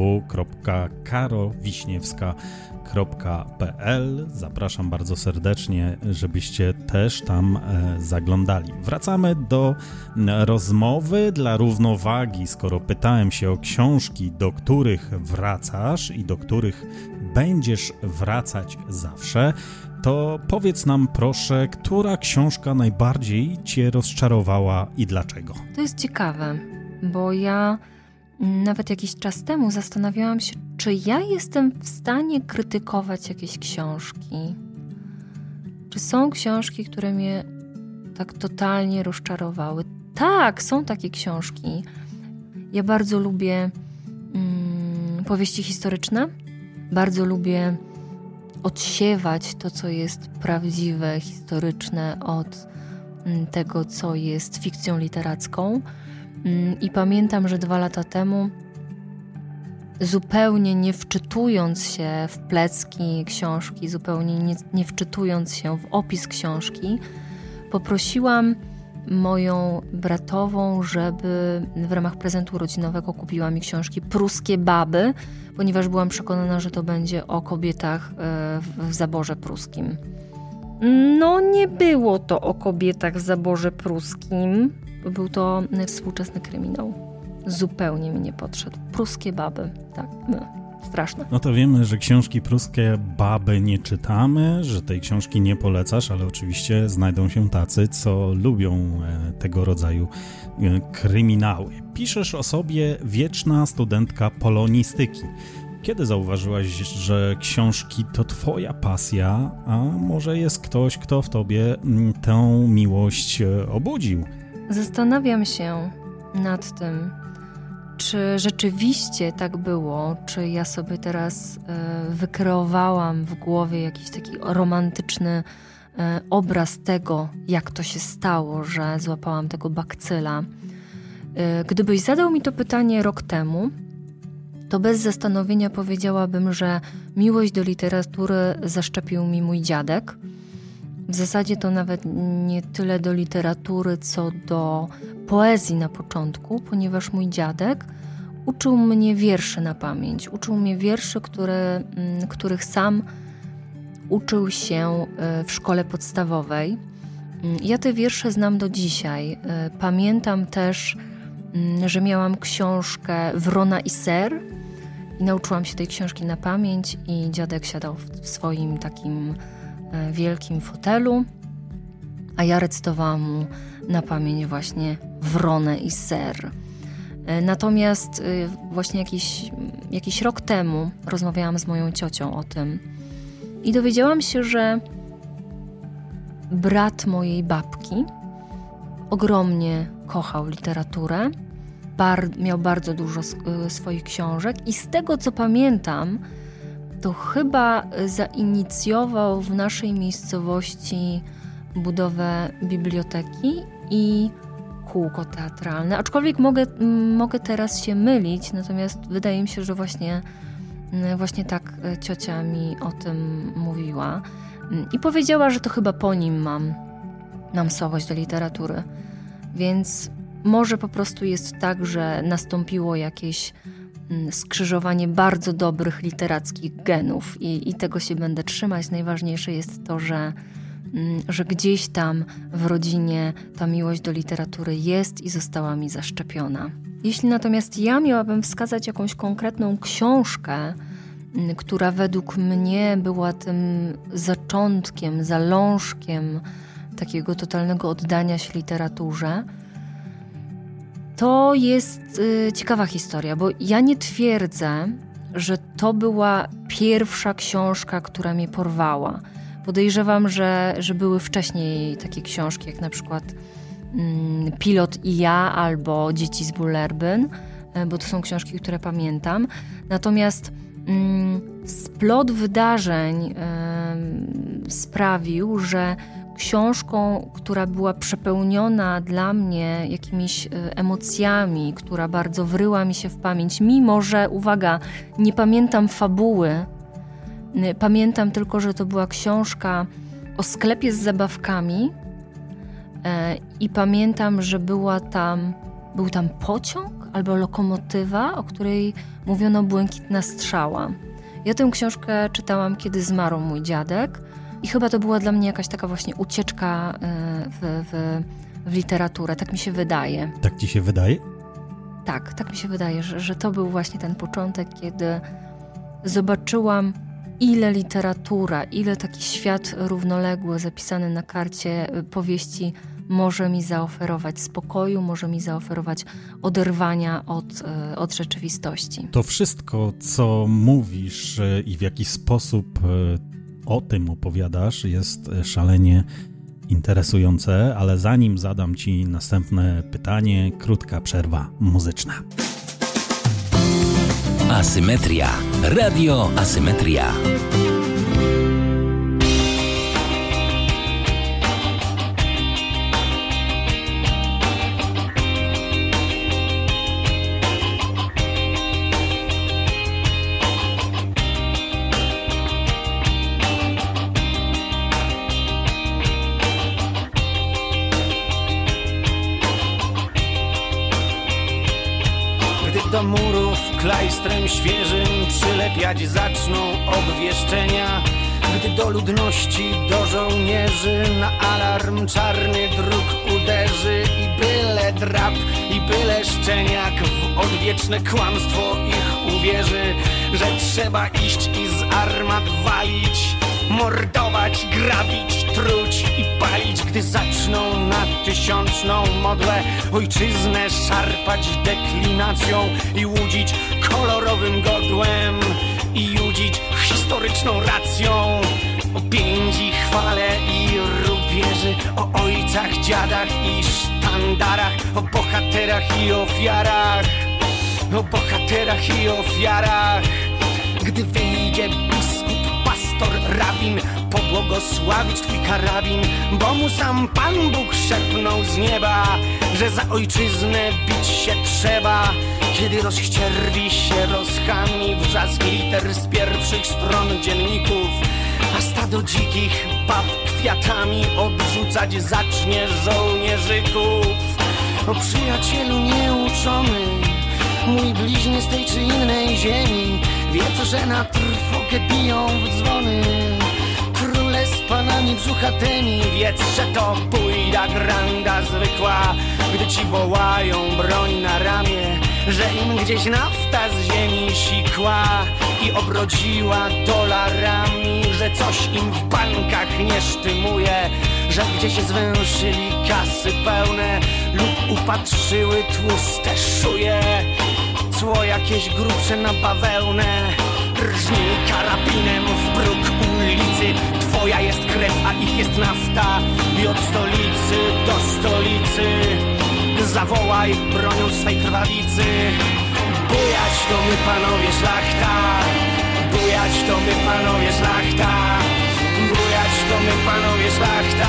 [SPEAKER 3] www.karowiśniewska.pl. Zapraszam bardzo serdecznie, żebyście też tam zaglądali. Wracamy do rozmowy dla równowagi. Skoro pytałem się o książki, do których wracasz i do których będziesz wracać zawsze, to powiedz nam proszę, która książka najbardziej cię rozczarowała i dlaczego?
[SPEAKER 4] To jest ciekawe, bo ja nawet jakiś czas temu zastanawiałam się, czy ja jestem w stanie krytykować jakieś książki. Czy są książki, które mnie tak totalnie rozczarowały? Tak, są takie książki. Ja bardzo lubię powieści historyczne, bardzo lubię odsiewać to, co jest prawdziwe, historyczne od tego, co jest fikcją literacką. I pamiętam, że 2 lata temu, zupełnie nie wczytując się w plecki książki, zupełnie nie wczytując się w opis książki, poprosiłam moją bratową, żeby w ramach prezentu rodzinowego kupiła mi książki Pruskie baby, ponieważ byłam przekonana, że to będzie o kobietach w zaborze pruskim. No nie było to o kobietach w zaborze pruskim. Był to współczesny kryminał. Zupełnie mi nie podszedł. Pruskie baby, tak, straszne.
[SPEAKER 3] No to wiemy, że książki Pruskie baby nie czytamy, że tej książki nie polecasz, ale oczywiście znajdą się tacy, co lubią tego rodzaju kryminały. Piszesz o sobie wieczna studentka polonistyki. Kiedy zauważyłaś, że książki to twoja pasja, a może jest ktoś, kto w tobie tę miłość obudził?
[SPEAKER 4] Zastanawiam się nad tym, czy rzeczywiście tak było, czy ja sobie teraz wykreowałam w głowie jakiś taki romantyczny obraz tego, jak to się stało, że złapałam tego bakcyla. Gdybyś zadał mi to pytanie rok temu, to bez zastanowienia powiedziałabym, że miłość do literatury zaszczepił mi mój dziadek. W zasadzie to nawet nie tyle do literatury, co do poezji na początku, ponieważ mój dziadek uczył mnie wierszy na pamięć. Uczył mnie wierszy, których sam uczył się w szkole podstawowej. Ja te wiersze znam do dzisiaj. Pamiętam też, że miałam książkę Wrona i ser i nauczyłam się tej książki na pamięć i dziadek siadał w swoim takim wielkim fotelu, a ja recytowałam mu na pamięć właśnie Wronę i ser. Natomiast właśnie jakiś rok temu rozmawiałam z moją ciocią o tym i dowiedziałam się, że brat mojej babki ogromnie kochał literaturę, miał bardzo dużo swoich książek i z tego, co pamiętam, to chyba zainicjował w naszej miejscowości budowę biblioteki i kółko teatralne. Aczkolwiek mogę teraz się mylić, natomiast wydaje mi się, że właśnie tak ciocia mi o tym mówiła. I powiedziała, że to chyba po nim mam słabość do literatury. Więc może po prostu jest tak, że nastąpiło jakieś skrzyżowanie bardzo dobrych literackich genów i tego się będę trzymać. Najważniejsze jest to, że gdzieś tam w rodzinie ta miłość do literatury jest i została mi zaszczepiona. Jeśli natomiast ja miałabym wskazać jakąś konkretną książkę, która według mnie była tym zaczątkiem, zalążkiem takiego totalnego oddania się literaturze, to jest ciekawa historia, bo ja nie twierdzę, że to była pierwsza książka, która mnie porwała. Podejrzewam, że były wcześniej takie książki, jak na przykład Pilot i ja albo Dzieci z Bullerbyn, bo to są książki, które pamiętam. Natomiast splot wydarzeń sprawił, że książką, która była przepełniona dla mnie jakimiś emocjami, która bardzo wryła mi się w pamięć, mimo że, uwaga, nie pamiętam fabuły, pamiętam tylko, że to była książka o sklepie z zabawkami i pamiętam, że był tam pociąg albo lokomotywa, o której mówiono Błękitna strzała. Ja tę książkę czytałam, kiedy zmarł mój dziadek i chyba to była dla mnie jakaś taka właśnie ucieczka w literaturę, tak mi się wydaje.
[SPEAKER 3] Tak ci się wydaje?
[SPEAKER 4] Tak mi się wydaje, że to był właśnie ten początek, kiedy zobaczyłam, ile literatura, ile taki świat równoległy zapisany na karcie powieści może mi zaoferować spokoju, może mi zaoferować oderwania od rzeczywistości.
[SPEAKER 3] To wszystko, co mówisz i w jaki sposób o tym opowiadasz, jest szalenie interesujące, ale zanim zadam ci następne pytanie, krótka przerwa muzyczna.
[SPEAKER 1] Asymetria. Radio Asymetria.
[SPEAKER 7] Do murów klajstrem świeżym przylepiać zaczną obwieszczenia, gdy do ludności, do żołnierzy na alarm czarny druk uderzy i byle drab, i byle szczeniak w odwieczne kłamstwo ich uwierzy, że trzeba iść i z armat walić, mordować, grabić, truć i palić, gdy zaczną na tysiączną modłę ojczyznę szarpać deklinacją i łudzić kolorowym godłem i judzić historyczną racją o piędzi, chwale i rubieży, o ojcach, dziadach i sztandarach, o bohaterach i ofiarach, o bohaterach i ofiarach. Gdy wyjdzie biskup, pastor, rabin, pobłogosławić twój karabin, bo mu sam Pan Bóg szepnął z nieba, że za ojczyznę bić się trzeba. Kiedy rozścierwi się rozchami wrzask liter z pierwszych stron dzienników, a stado dzikich bab kwiatami odrzucać zacznie żołnierzyków. O przyjacielu nieuczony, mój bliźnie z tej czy innej ziemi, wiedz, że na trwogę biją w dzwony króle z panami brzuchatymi. Wiedz, że to bójda granda zwykła, gdy ci wołają broń na ramię, że im gdzieś nafta z ziemi sikła i obrodziła dolarami, że coś im w bankach nie sztymuje, że gdzieś zwęszyli kasy pełne lub upatrzyły tłuste szuje, cło jakieś grubsze na bawełnę, rżnij karabinem w próg ulicy. Twoja jest krew, a ich jest nafta i od stolicy do stolicy zawołaj bronią swej krwawicy. Bujać to my panowie szlachta, bujać to my panowie szlachta, bujać to my panowie szlachta,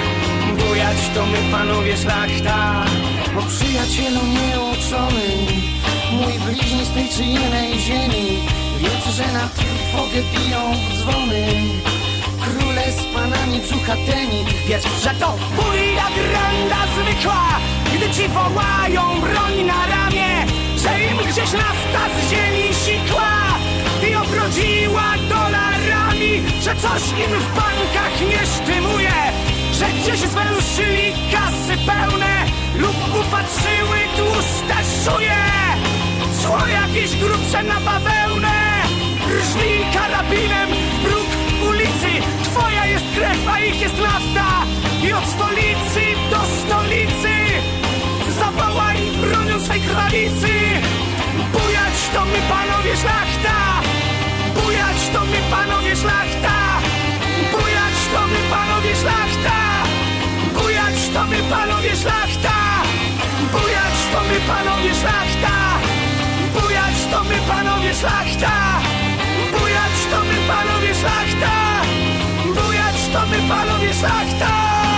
[SPEAKER 7] bujać to my panowie szlachta. O przyjacielu nieuczony, mój bliźni z tej czy innej ziemi, wiedz, że na trwogę biją w dzwony króle z panami brzuchatymi. Wiedz, że to bójda granda zwykła, gdy ci wołają broń na ramię, że im gdzieś nafta z ziemi sikła i obrodziła dolarami, że coś im w bankach nie sztymuje, że gdzieś zwęszyli kasy pełne lub upatrzyły tłuste szuje, cło jakieś grubsze na bawełnę, rżnij karabinem w próg ulicy. Twoja jest krew, a ich jest nafta i od stolicy do stolicy zawołaj bronią swej krwawicy. Bujać to my panowie szlachta, bujać to my panowie szlachta, bujać to my panowie szlachta, bujać to my panowie szlachta. Bujać to my panowie szlachta. Bujać to my panowie szlachta. Bujać to my panowie szlachta. Bujać to my panowie szlachta.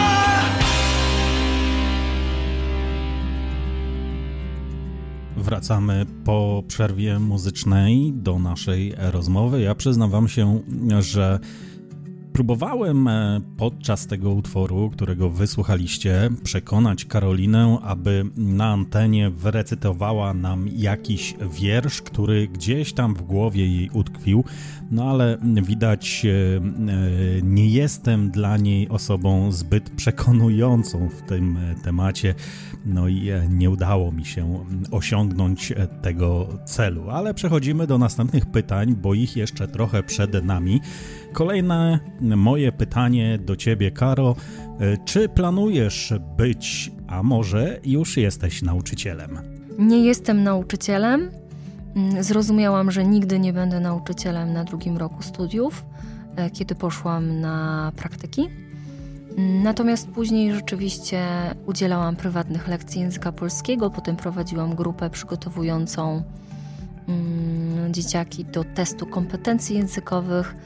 [SPEAKER 3] Wracamy po przerwie muzycznej do naszej rozmowy. Ja przyznam wam się, że próbowałem podczas tego utworu, którego wysłuchaliście, przekonać Karolinę, aby na antenie wyrecytowała nam jakiś wiersz, który gdzieś tam w głowie jej utkwił, no ale widać, nie jestem dla niej osobą zbyt przekonującą w tym temacie, no i nie udało mi się osiągnąć tego celu, ale przechodzimy do następnych pytań, bo ich jeszcze trochę przed nami. Kolejne moje pytanie do ciebie, Karo. Czy planujesz być, a może już jesteś nauczycielem?
[SPEAKER 4] Nie jestem nauczycielem. Zrozumiałam, że nigdy nie będę nauczycielem na 2. roku studiów, kiedy poszłam na praktyki. Natomiast później rzeczywiście udzielałam prywatnych lekcji języka polskiego, potem prowadziłam grupę przygotowującą dzieciaki do testu kompetencji językowych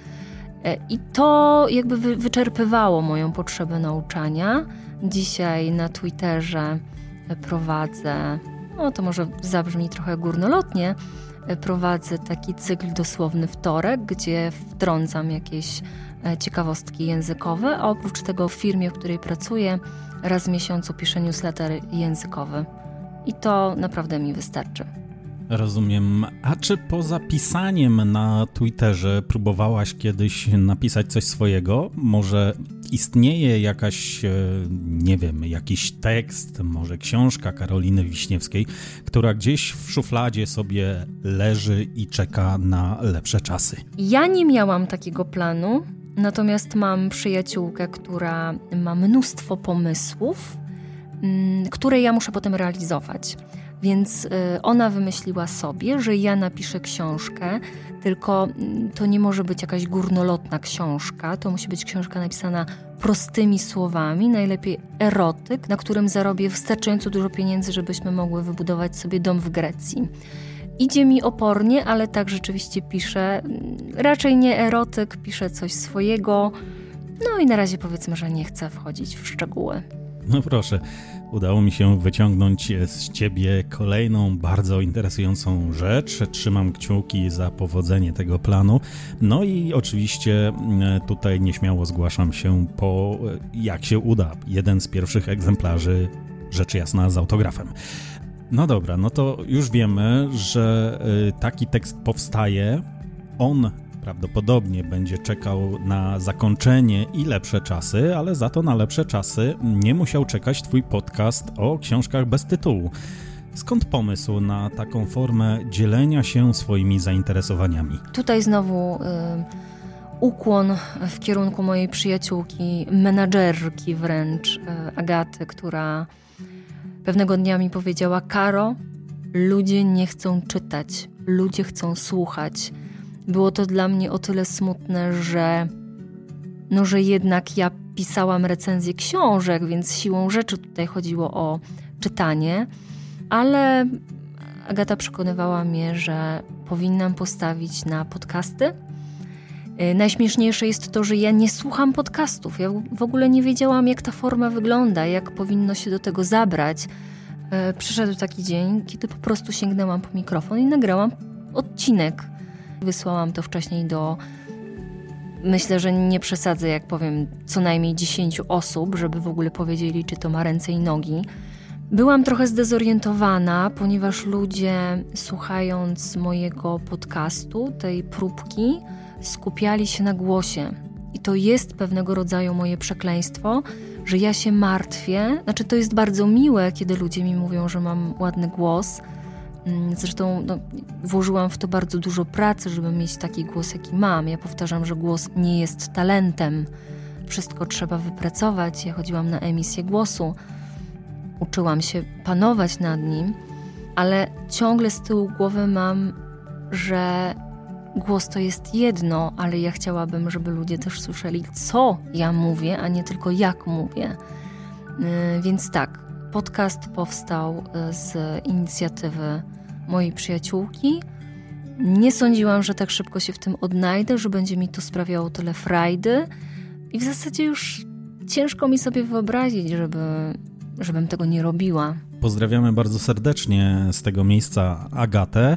[SPEAKER 4] i to jakby wyczerpywało moją potrzebę nauczania. Dzisiaj na Twitterze prowadzę, no to może zabrzmi trochę górnolotnie, prowadzę taki cykl Dosłowny Wtorek, gdzie wtrącam jakieś ciekawostki językowe, a oprócz tego w firmie, w której pracuję, raz w miesiącu piszę newsletter językowy. I to naprawdę mi wystarczy.
[SPEAKER 3] Rozumiem. A czy poza pisaniem na Twitterze próbowałaś kiedyś napisać coś swojego? Może istnieje jakaś, nie wiem, jakiś tekst, może książka Karoliny Wiśniewskiej, która gdzieś w szufladzie sobie leży i czeka na lepsze czasy?
[SPEAKER 4] Ja nie miałam takiego planu, natomiast mam przyjaciółkę, która ma mnóstwo pomysłów, które ja muszę potem realizować. Więc ona wymyśliła sobie, że ja napiszę książkę, tylko to nie może być jakaś górnolotna książka, to musi być książka napisana prostymi słowami, najlepiej erotyk, na którym zarobię wystarczająco dużo pieniędzy, żebyśmy mogły wybudować sobie dom w Grecji. Idzie mi opornie, ale tak rzeczywiście piszę. Raczej nie erotyk, piszę coś swojego. No i na razie powiedzmy, że nie chcę wchodzić w szczegóły.
[SPEAKER 3] No proszę, udało mi się wyciągnąć z ciebie kolejną bardzo interesującą rzecz. Trzymam kciuki za powodzenie tego planu. No i oczywiście tutaj nieśmiało zgłaszam się po, jak się uda, jeden z pierwszych egzemplarzy, rzecz jasna, z autografem. No dobra, no to już wiemy, że taki tekst powstaje. On prawdopodobnie będzie czekał na zakończenie i lepsze czasy, ale za to na lepsze czasy nie musiał czekać twój podcast o książkach bez tytułu. Skąd pomysł na taką formę dzielenia się swoimi zainteresowaniami? Tutaj
[SPEAKER 4] znowu ukłon w kierunku mojej przyjaciółki, menadżerki wręcz, Agaty, która pewnego dnia mi powiedziała: Karo, ludzie nie chcą czytać, ludzie chcą słuchać. Było to dla mnie o tyle smutne, że jednak ja pisałam recenzję książek, więc siłą rzeczy tutaj chodziło o czytanie, ale Agata przekonywała mnie, że powinnam postawić na podcasty. Najśmieszniejsze jest to, że ja nie słucham podcastów. Ja w ogóle nie wiedziałam, jak ta forma wygląda, jak powinno się do tego zabrać. Przyszedł taki dzień, kiedy po prostu sięgnęłam po mikrofon i nagrałam odcinek. Wysłałam to wcześniej do, myślę, że nie przesadzę, jak powiem, co najmniej 10 osób, żeby w ogóle powiedzieli, czy to ma ręce i nogi. Byłam trochę zdezorientowana, ponieważ ludzie, słuchając mojego podcastu, tej próbki, skupiali się na głosie. I to jest pewnego rodzaju moje przekleństwo, że ja się martwię. Znaczy, to jest bardzo miłe, kiedy ludzie mi mówią, że mam ładny głos. Zresztą włożyłam w to bardzo dużo pracy, żeby mieć taki głos, jaki mam. Ja powtarzam, że głos nie jest talentem. Wszystko trzeba wypracować. Ja chodziłam na emisję głosu. Uczyłam się panować nad nim, ale ciągle z tyłu głowy mam, że głos to jest jedno, ale ja chciałabym, żeby ludzie też słyszeli, co ja mówię, a nie tylko jak mówię. Więc tak, podcast powstał z inicjatywy mojej przyjaciółki. Nie sądziłam, że tak szybko się w tym odnajdę, że będzie mi to sprawiało tyle frajdy i w zasadzie już ciężko mi sobie wyobrazić, żebym tego nie robiła.
[SPEAKER 3] Pozdrawiamy bardzo serdecznie z tego miejsca Agatę.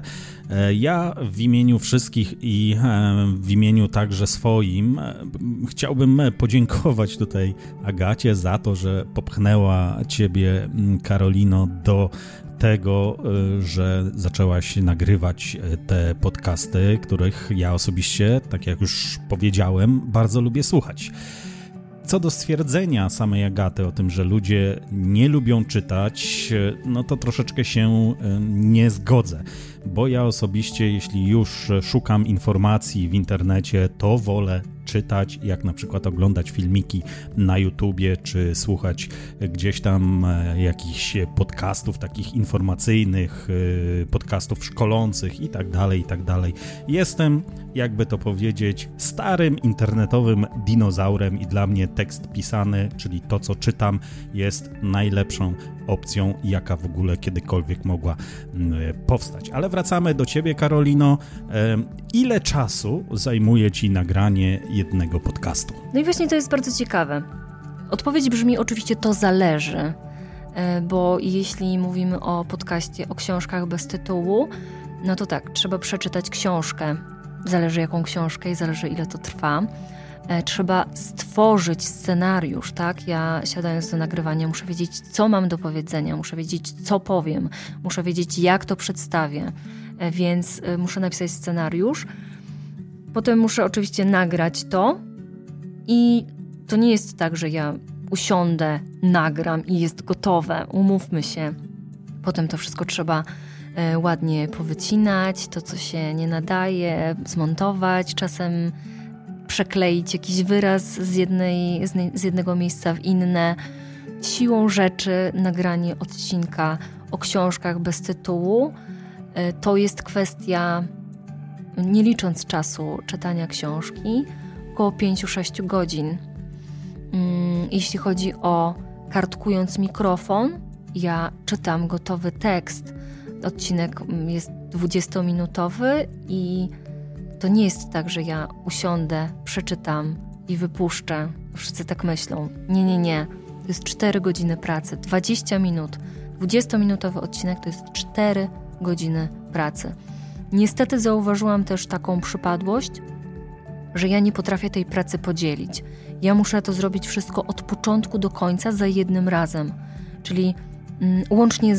[SPEAKER 3] Ja w imieniu wszystkich i w imieniu także swoim chciałbym podziękować tutaj Agacie za to, że popchnęła ciebie, Karolino, do tego, że zaczęłaś nagrywać te podcasty, których ja osobiście, tak jak już powiedziałem, bardzo lubię słuchać. Co do stwierdzenia samej Agaty o tym, że ludzie nie lubią czytać, no to troszeczkę się nie zgodzę, bo ja osobiście, jeśli już szukam informacji w internecie, to wolę czytać, jak na przykład oglądać filmiki na YouTubie, czy słuchać gdzieś tam jakichś podcastów takich informacyjnych, podcastów szkolących i tak dalej. Jestem, jakby to powiedzieć, starym internetowym dinozaurem i dla mnie tekst pisany, czyli to, co czytam, jest najlepszą opcją, jaka w ogóle kiedykolwiek mogła powstać. Ale wracamy do ciebie, Karolino. Ile czasu zajmuje ci nagranie jednego podcastu?
[SPEAKER 4] No i właśnie to jest bardzo ciekawe. Odpowiedź brzmi oczywiście to zależy, bo jeśli mówimy o podcaście o książkach bez tytułu, no to tak, trzeba przeczytać książkę. Zależy jaką książkę i zależy ile to trwa. Trzeba stworzyć scenariusz, tak? Ja siadając do nagrywania muszę wiedzieć, co mam do powiedzenia, muszę wiedzieć, co powiem, muszę wiedzieć, jak to przedstawię, więc muszę napisać scenariusz. Potem muszę oczywiście nagrać to i to nie jest tak, że ja usiądę, nagram i jest gotowe, umówmy się. Potem to wszystko trzeba ładnie powycinać, to co się nie nadaje, zmontować, czasem przekleić jakiś wyraz z jednego miejsca w inne. Siłą rzeczy nagranie odcinka o książkach bez tytułu to jest kwestia, nie licząc czasu czytania książki, około 5-6 godzin. Jeśli chodzi o kartkując mikrofon, ja czytam gotowy tekst. Odcinek jest 20-minutowy i to nie jest tak, że ja usiądę, przeczytam i wypuszczę. Wszyscy tak myślą. Nie. To jest 4 godziny pracy. 20 minut. 20-minutowy odcinek to jest 4 godziny pracy. Niestety zauważyłam też taką przypadłość, że ja nie potrafię tej pracy podzielić. Ja muszę to zrobić wszystko od początku do końca za jednym razem. Czyli łącznie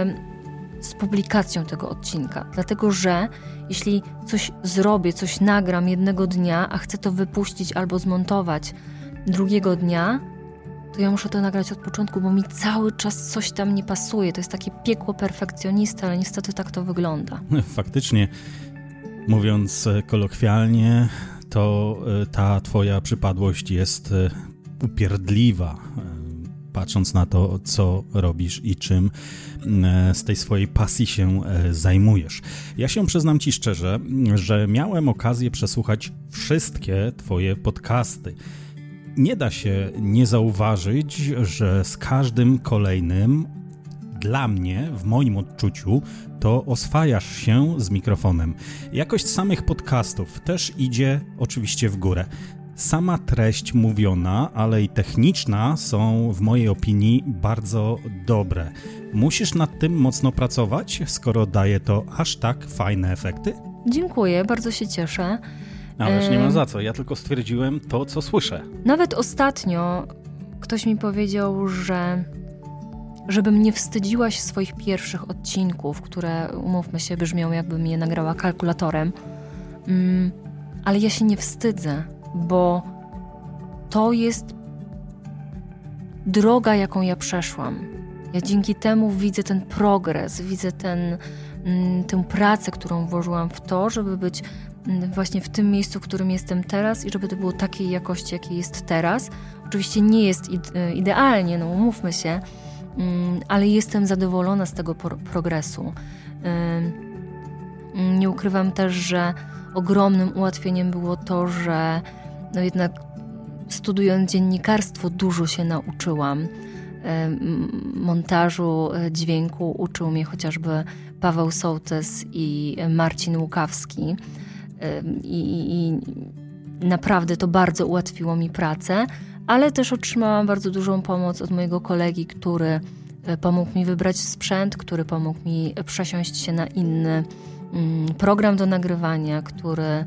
[SPEAKER 4] z publikacją tego odcinka. Dlatego, że jeśli coś zrobię, coś nagram jednego dnia, a chcę to wypuścić albo zmontować drugiego dnia, to ja muszę to nagrać od początku, bo mi cały czas coś tam nie pasuje. To jest takie piekło perfekcjonisty, ale niestety tak to wygląda. Faktycznie,
[SPEAKER 3] mówiąc kolokwialnie, to ta twoja przypadłość jest upierdliwa, patrząc na to, co robisz i czym z tej swojej pasji się zajmujesz. Ja się przyznam ci szczerze, że miałem okazję przesłuchać wszystkie twoje podcasty. Nie da się nie zauważyć, że z każdym kolejnym, dla mnie, w moim odczuciu, to oswajasz się z mikrofonem. Jakość samych podcastów też idzie oczywiście w górę. Sama treść mówiona, ale i techniczna są w mojej opinii bardzo dobre. Musisz nad tym mocno pracować, skoro daje to aż tak fajne efekty?
[SPEAKER 4] Dziękuję, bardzo się cieszę.
[SPEAKER 3] Ależ nie ma za co, ja tylko stwierdziłem to, co słyszę.
[SPEAKER 4] Nawet ostatnio ktoś mi powiedział, że żebym nie wstydziła się swoich pierwszych odcinków, które, umówmy się, brzmią jakbym je nagrała kalkulatorem. Ale ja się nie wstydzę, bo to jest droga, jaką ja przeszłam. Ja dzięki temu widzę ten progres, widzę tę pracę, którą włożyłam w to, żeby być właśnie w tym miejscu, w którym jestem teraz i żeby to było takiej jakości, jakiej jest teraz. Oczywiście nie jest idealnie, no umówmy się, ale jestem zadowolona z tego progresu. Nie ukrywam też, że ogromnym ułatwieniem było to, że no jednak studiując dziennikarstwo dużo się nauczyłam. montażu dźwięku uczył mnie chociażby Paweł Sołtys i Marcin Łukawski. I naprawdę to bardzo ułatwiło mi pracę, ale też otrzymałam bardzo dużą pomoc od mojego kolegi, który pomógł mi wybrać sprzęt, który pomógł mi przesiąść się na inny program do nagrywania, który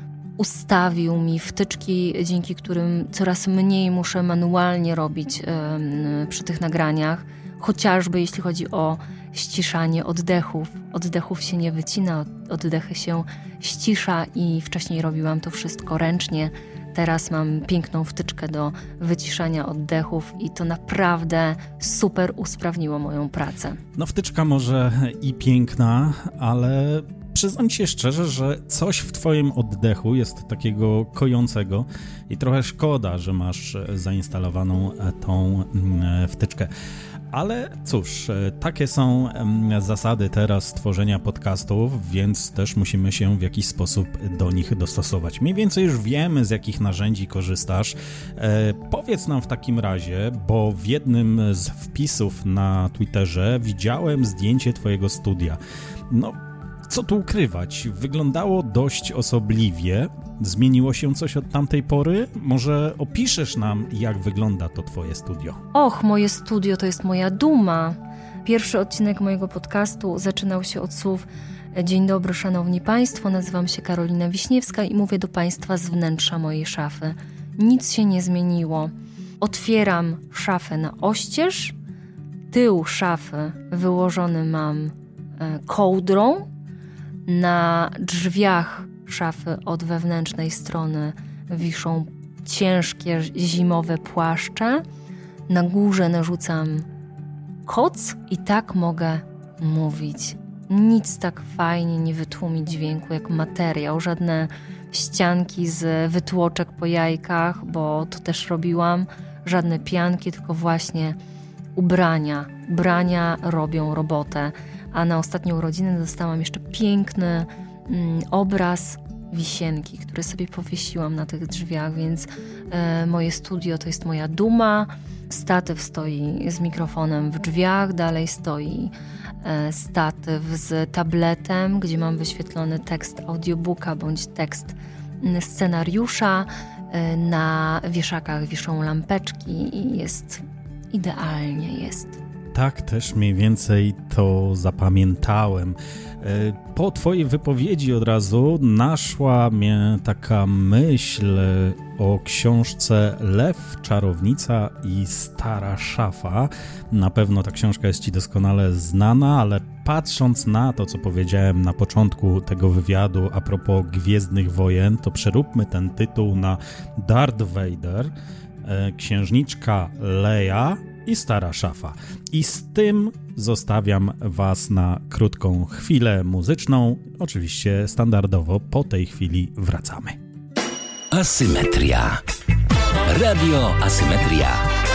[SPEAKER 4] ustawił mi wtyczki, dzięki którym coraz mniej muszę manualnie robić przy tych nagraniach, chociażby jeśli chodzi o ściszanie oddechów. Oddechów się nie wycina, oddechy się ścisza i wcześniej robiłam to wszystko ręcznie. Teraz mam piękną wtyczkę do wyciszania oddechów i to naprawdę super usprawniło moją pracę.
[SPEAKER 3] No wtyczka może i piękna, ale przyznam się szczerze, że coś w twoim oddechu jest takiego kojącego i trochę szkoda, że masz zainstalowaną tą wtyczkę. Ale cóż, takie są zasady teraz tworzenia podcastów, więc też musimy się w jakiś sposób do nich dostosować. Mniej więcej już wiemy, z jakich narzędzi korzystasz. Powiedz nam w takim razie, bo w jednym z wpisów na Twitterze widziałem zdjęcie twojego studia. No, co tu ukrywać? Wyglądało dość osobliwie. Zmieniło się coś od tamtej pory? Może opiszesz nam, jak wygląda to twoje studio?
[SPEAKER 4] Och, moje studio to jest moja duma. Pierwszy odcinek mojego podcastu zaczynał się od słów: dzień dobry, szanowni państwo, nazywam się Karolina Wiśniewska i mówię do państwa z wnętrza mojej szafy. Nic się nie zmieniło. Otwieram szafę na oścież, tył szafy wyłożony mam kołdrą, na drzwiach szafy od wewnętrznej strony wiszą ciężkie zimowe płaszcze. Na górze narzucam koc i tak mogę mówić. Nic tak fajnie nie wytłumi dźwięku jak materiał. Żadne ścianki z wytłoczek po jajkach, bo to też robiłam. Żadne pianki, tylko właśnie ubrania. Ubrania robią robotę. A na ostatnią urodzinę dostałam jeszcze piękny obraz wisienki, który sobie powiesiłam na tych drzwiach, więc moje studio to jest moja duma. Statyw stoi z mikrofonem w drzwiach, dalej stoi statyw z tabletem, gdzie mam wyświetlony tekst audiobooka bądź tekst scenariusza. Na wieszakach wiszą lampeczki i jest idealnie jest.
[SPEAKER 3] Tak też mniej więcej to zapamiętałem. Po twojej wypowiedzi od razu naszła mnie taka myśl o książce Lew, Czarownica i Stara Szafa. Na pewno ta książka jest ci doskonale znana, ale patrząc na to, co powiedziałem na początku tego wywiadu a propos Gwiezdnych Wojen, to przeróbmy ten tytuł na Darth Vader, Księżniczka Leia i Stara Szafa. I z tym zostawiam was na krótką chwilę muzyczną. Oczywiście standardowo po tej chwili wracamy.
[SPEAKER 1] Asymetria. Radio Asymetria.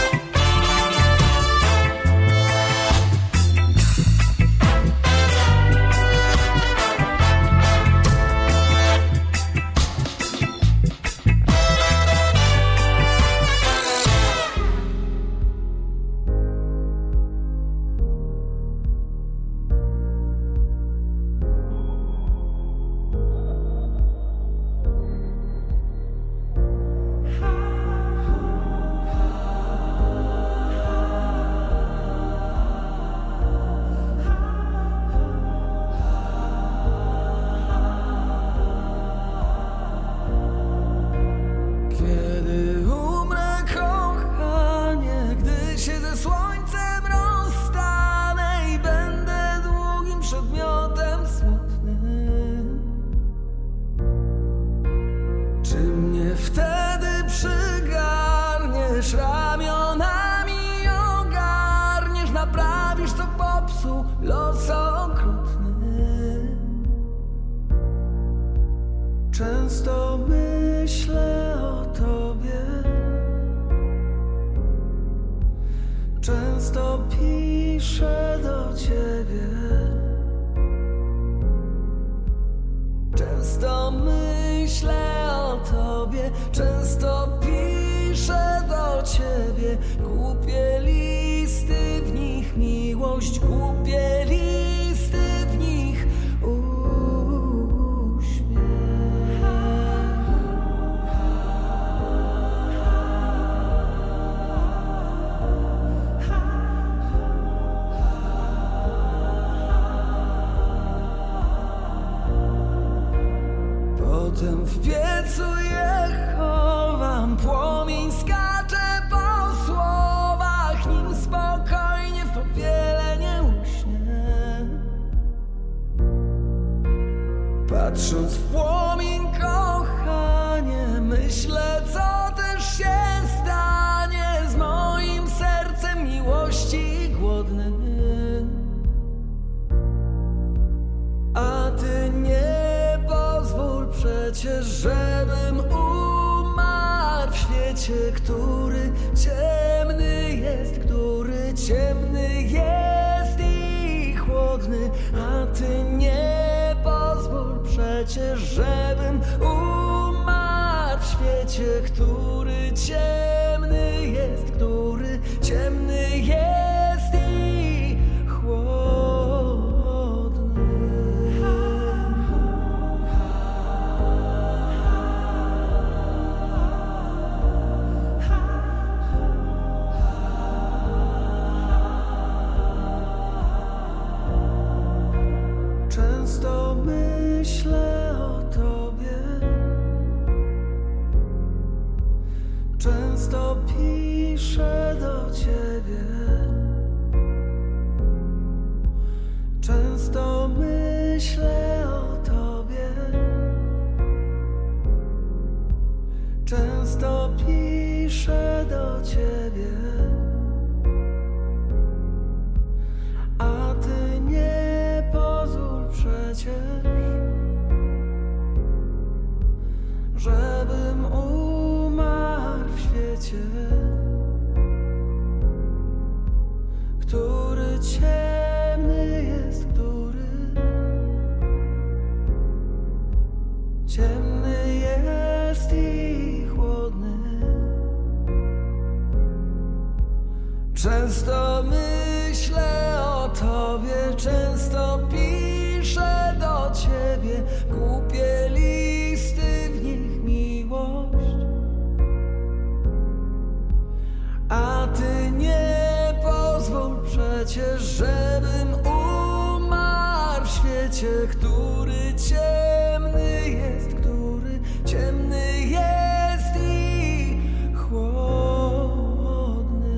[SPEAKER 8] Często myślę o tobie, często piszę do ciebie, często myślę o tobie, często piszę do ciebie, głupie listy głupie listy w nich uśmiech. Potem w piecu je chowam, płomień skacze po słowach, nim spokojnie w popiele nie uśnie. Patrząc w płomień, kochanie, myślę, co też się stanie z moim sercem miłości głodnym. A ty nie pozwól przecież, żebym umarł w świecie, który ciemny jest, i chłodny. A ty nie pozwól przecież, żebym umarł w świecie, który ciemny jest, i chłodny. Często myślę o tobie, często piszę do ciebie, często myślę o tobie, często piszę do ciebie, a ty nie pozwól przecież, żebym umarł w świecie, który ciemny jest, i chłodny. Często myślę o tobie, często piszę do ciebie, głupie listy, w nich miłość. A ty nie pozwól przecież, żebym umarł w świecie, który ciemny jest, i chłodny.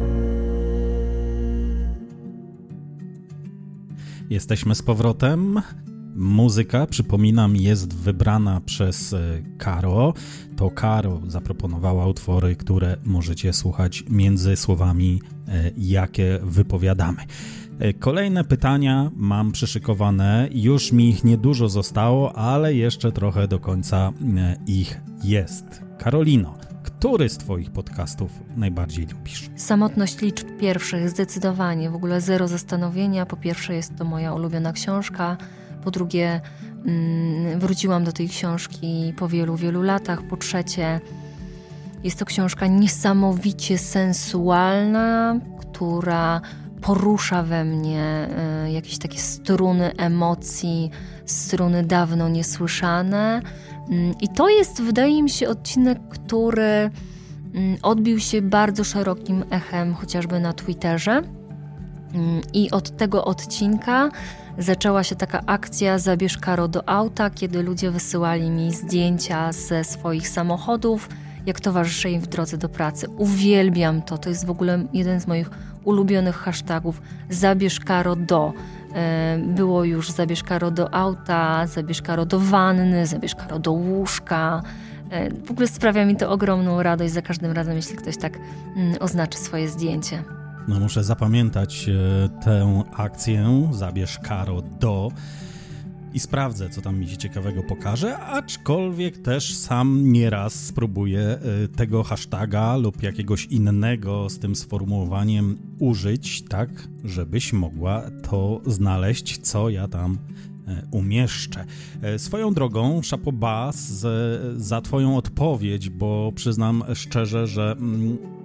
[SPEAKER 3] Jesteśmy z powrotem. Muzyka, przypominam, jest wybrana przez Karo. To Karo zaproponowała utwory, które możecie słuchać między słowami, jakie wypowiadamy. Kolejne pytania mam przyszykowane. Już mi ich niedużo zostało, ale jeszcze trochę do końca ich jest. Karolino, który z twoich podcastów najbardziej lubisz?
[SPEAKER 4] Samotność liczb pierwszych, zdecydowanie. W ogóle zero zastanowienia. Po pierwsze, jest to moja ulubiona książka. Po drugie, wróciłam do tej książki po wielu, wielu latach. Po trzecie, jest to książka niesamowicie sensualna, która porusza we mnie jakieś takie struny emocji, struny dawno niesłyszane. I to jest, wydaje mi się, odcinek, który odbił się bardzo szerokim echem, chociażby na Twitterze. I od tego odcinka zaczęła się taka akcja Zabierz Karo do auta, kiedy ludzie wysyłali mi zdjęcia ze swoich samochodów, jak towarzyszę im w drodze do pracy. Uwielbiam to, to jest w ogóle jeden z moich ulubionych hashtagów. Zabierz Karo do. Było już Zabierz Karo do auta, Zabierz Karo do wanny, Zabierz Karo do łóżka. W ogóle sprawia mi to ogromną radość za każdym razem, jeśli ktoś tak oznaczy swoje zdjęcie.
[SPEAKER 3] No muszę zapamiętać tę akcję Zabierz Karo do i sprawdzę, co tam mi się ciekawego pokaże, aczkolwiek też sam nieraz spróbuję tego hashtaga lub jakiegoś innego z tym sformułowaniem użyć, tak, żebyś mogła to znaleźć, co ja tam umieszczę. Swoją drogą, chapeau bas za twoją odpowiedź, bo przyznam szczerze, że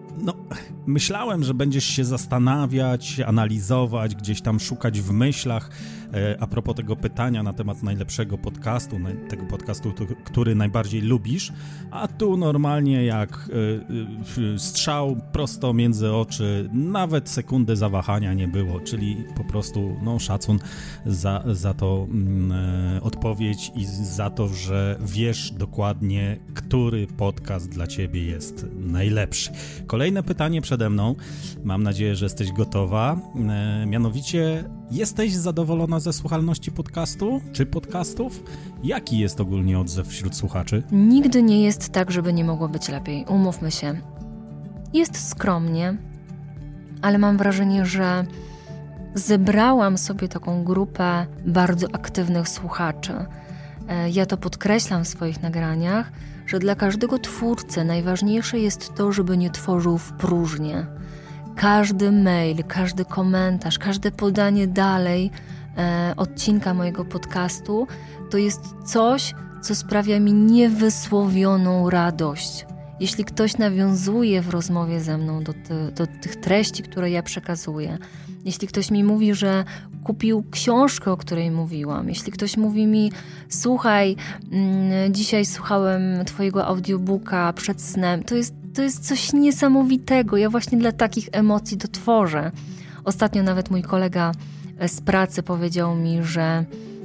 [SPEAKER 3] No, myślałem, że będziesz się zastanawiać, analizować, gdzieś tam szukać w myślach a propos tego pytania na temat najlepszego podcastu, tego podcastu, który najbardziej lubisz, a tu normalnie jak strzał prosto między oczy, nawet sekundy zawahania nie było, czyli po prostu szacun za to odpowiedź i za to, że wiesz dokładnie, który podcast dla ciebie jest najlepszy. Kolejne pytanie przede mną. Mam nadzieję, że jesteś gotowa. Mianowicie, jesteś zadowolona ze słuchalności podcastu czy podcastów? Jaki jest ogólnie odzew wśród słuchaczy?
[SPEAKER 4] Nigdy nie jest tak, żeby nie mogło być lepiej. Umówmy się. Jest skromnie, ale mam wrażenie, że zebrałam sobie taką grupę bardzo aktywnych słuchaczy. Ja to podkreślam w swoich nagraniach, że dla każdego twórcy najważniejsze jest to, żeby nie tworzył w próżnię. Każdy mail, każdy komentarz, każde podanie dalej odcinka mojego podcastu to jest coś, co sprawia mi niewysłowioną radość. Jeśli ktoś nawiązuje w rozmowie ze mną do tych treści, które ja przekazuję, jeśli ktoś mi mówi, że kupił książkę, o której mówiłam, jeśli ktoś mówi mi, słuchaj, dzisiaj słuchałem twojego audiobooka przed snem, to jest coś niesamowitego. Ja właśnie dla takich emocji to tworzę. Ostatnio nawet mój kolega z pracy powiedział mi, że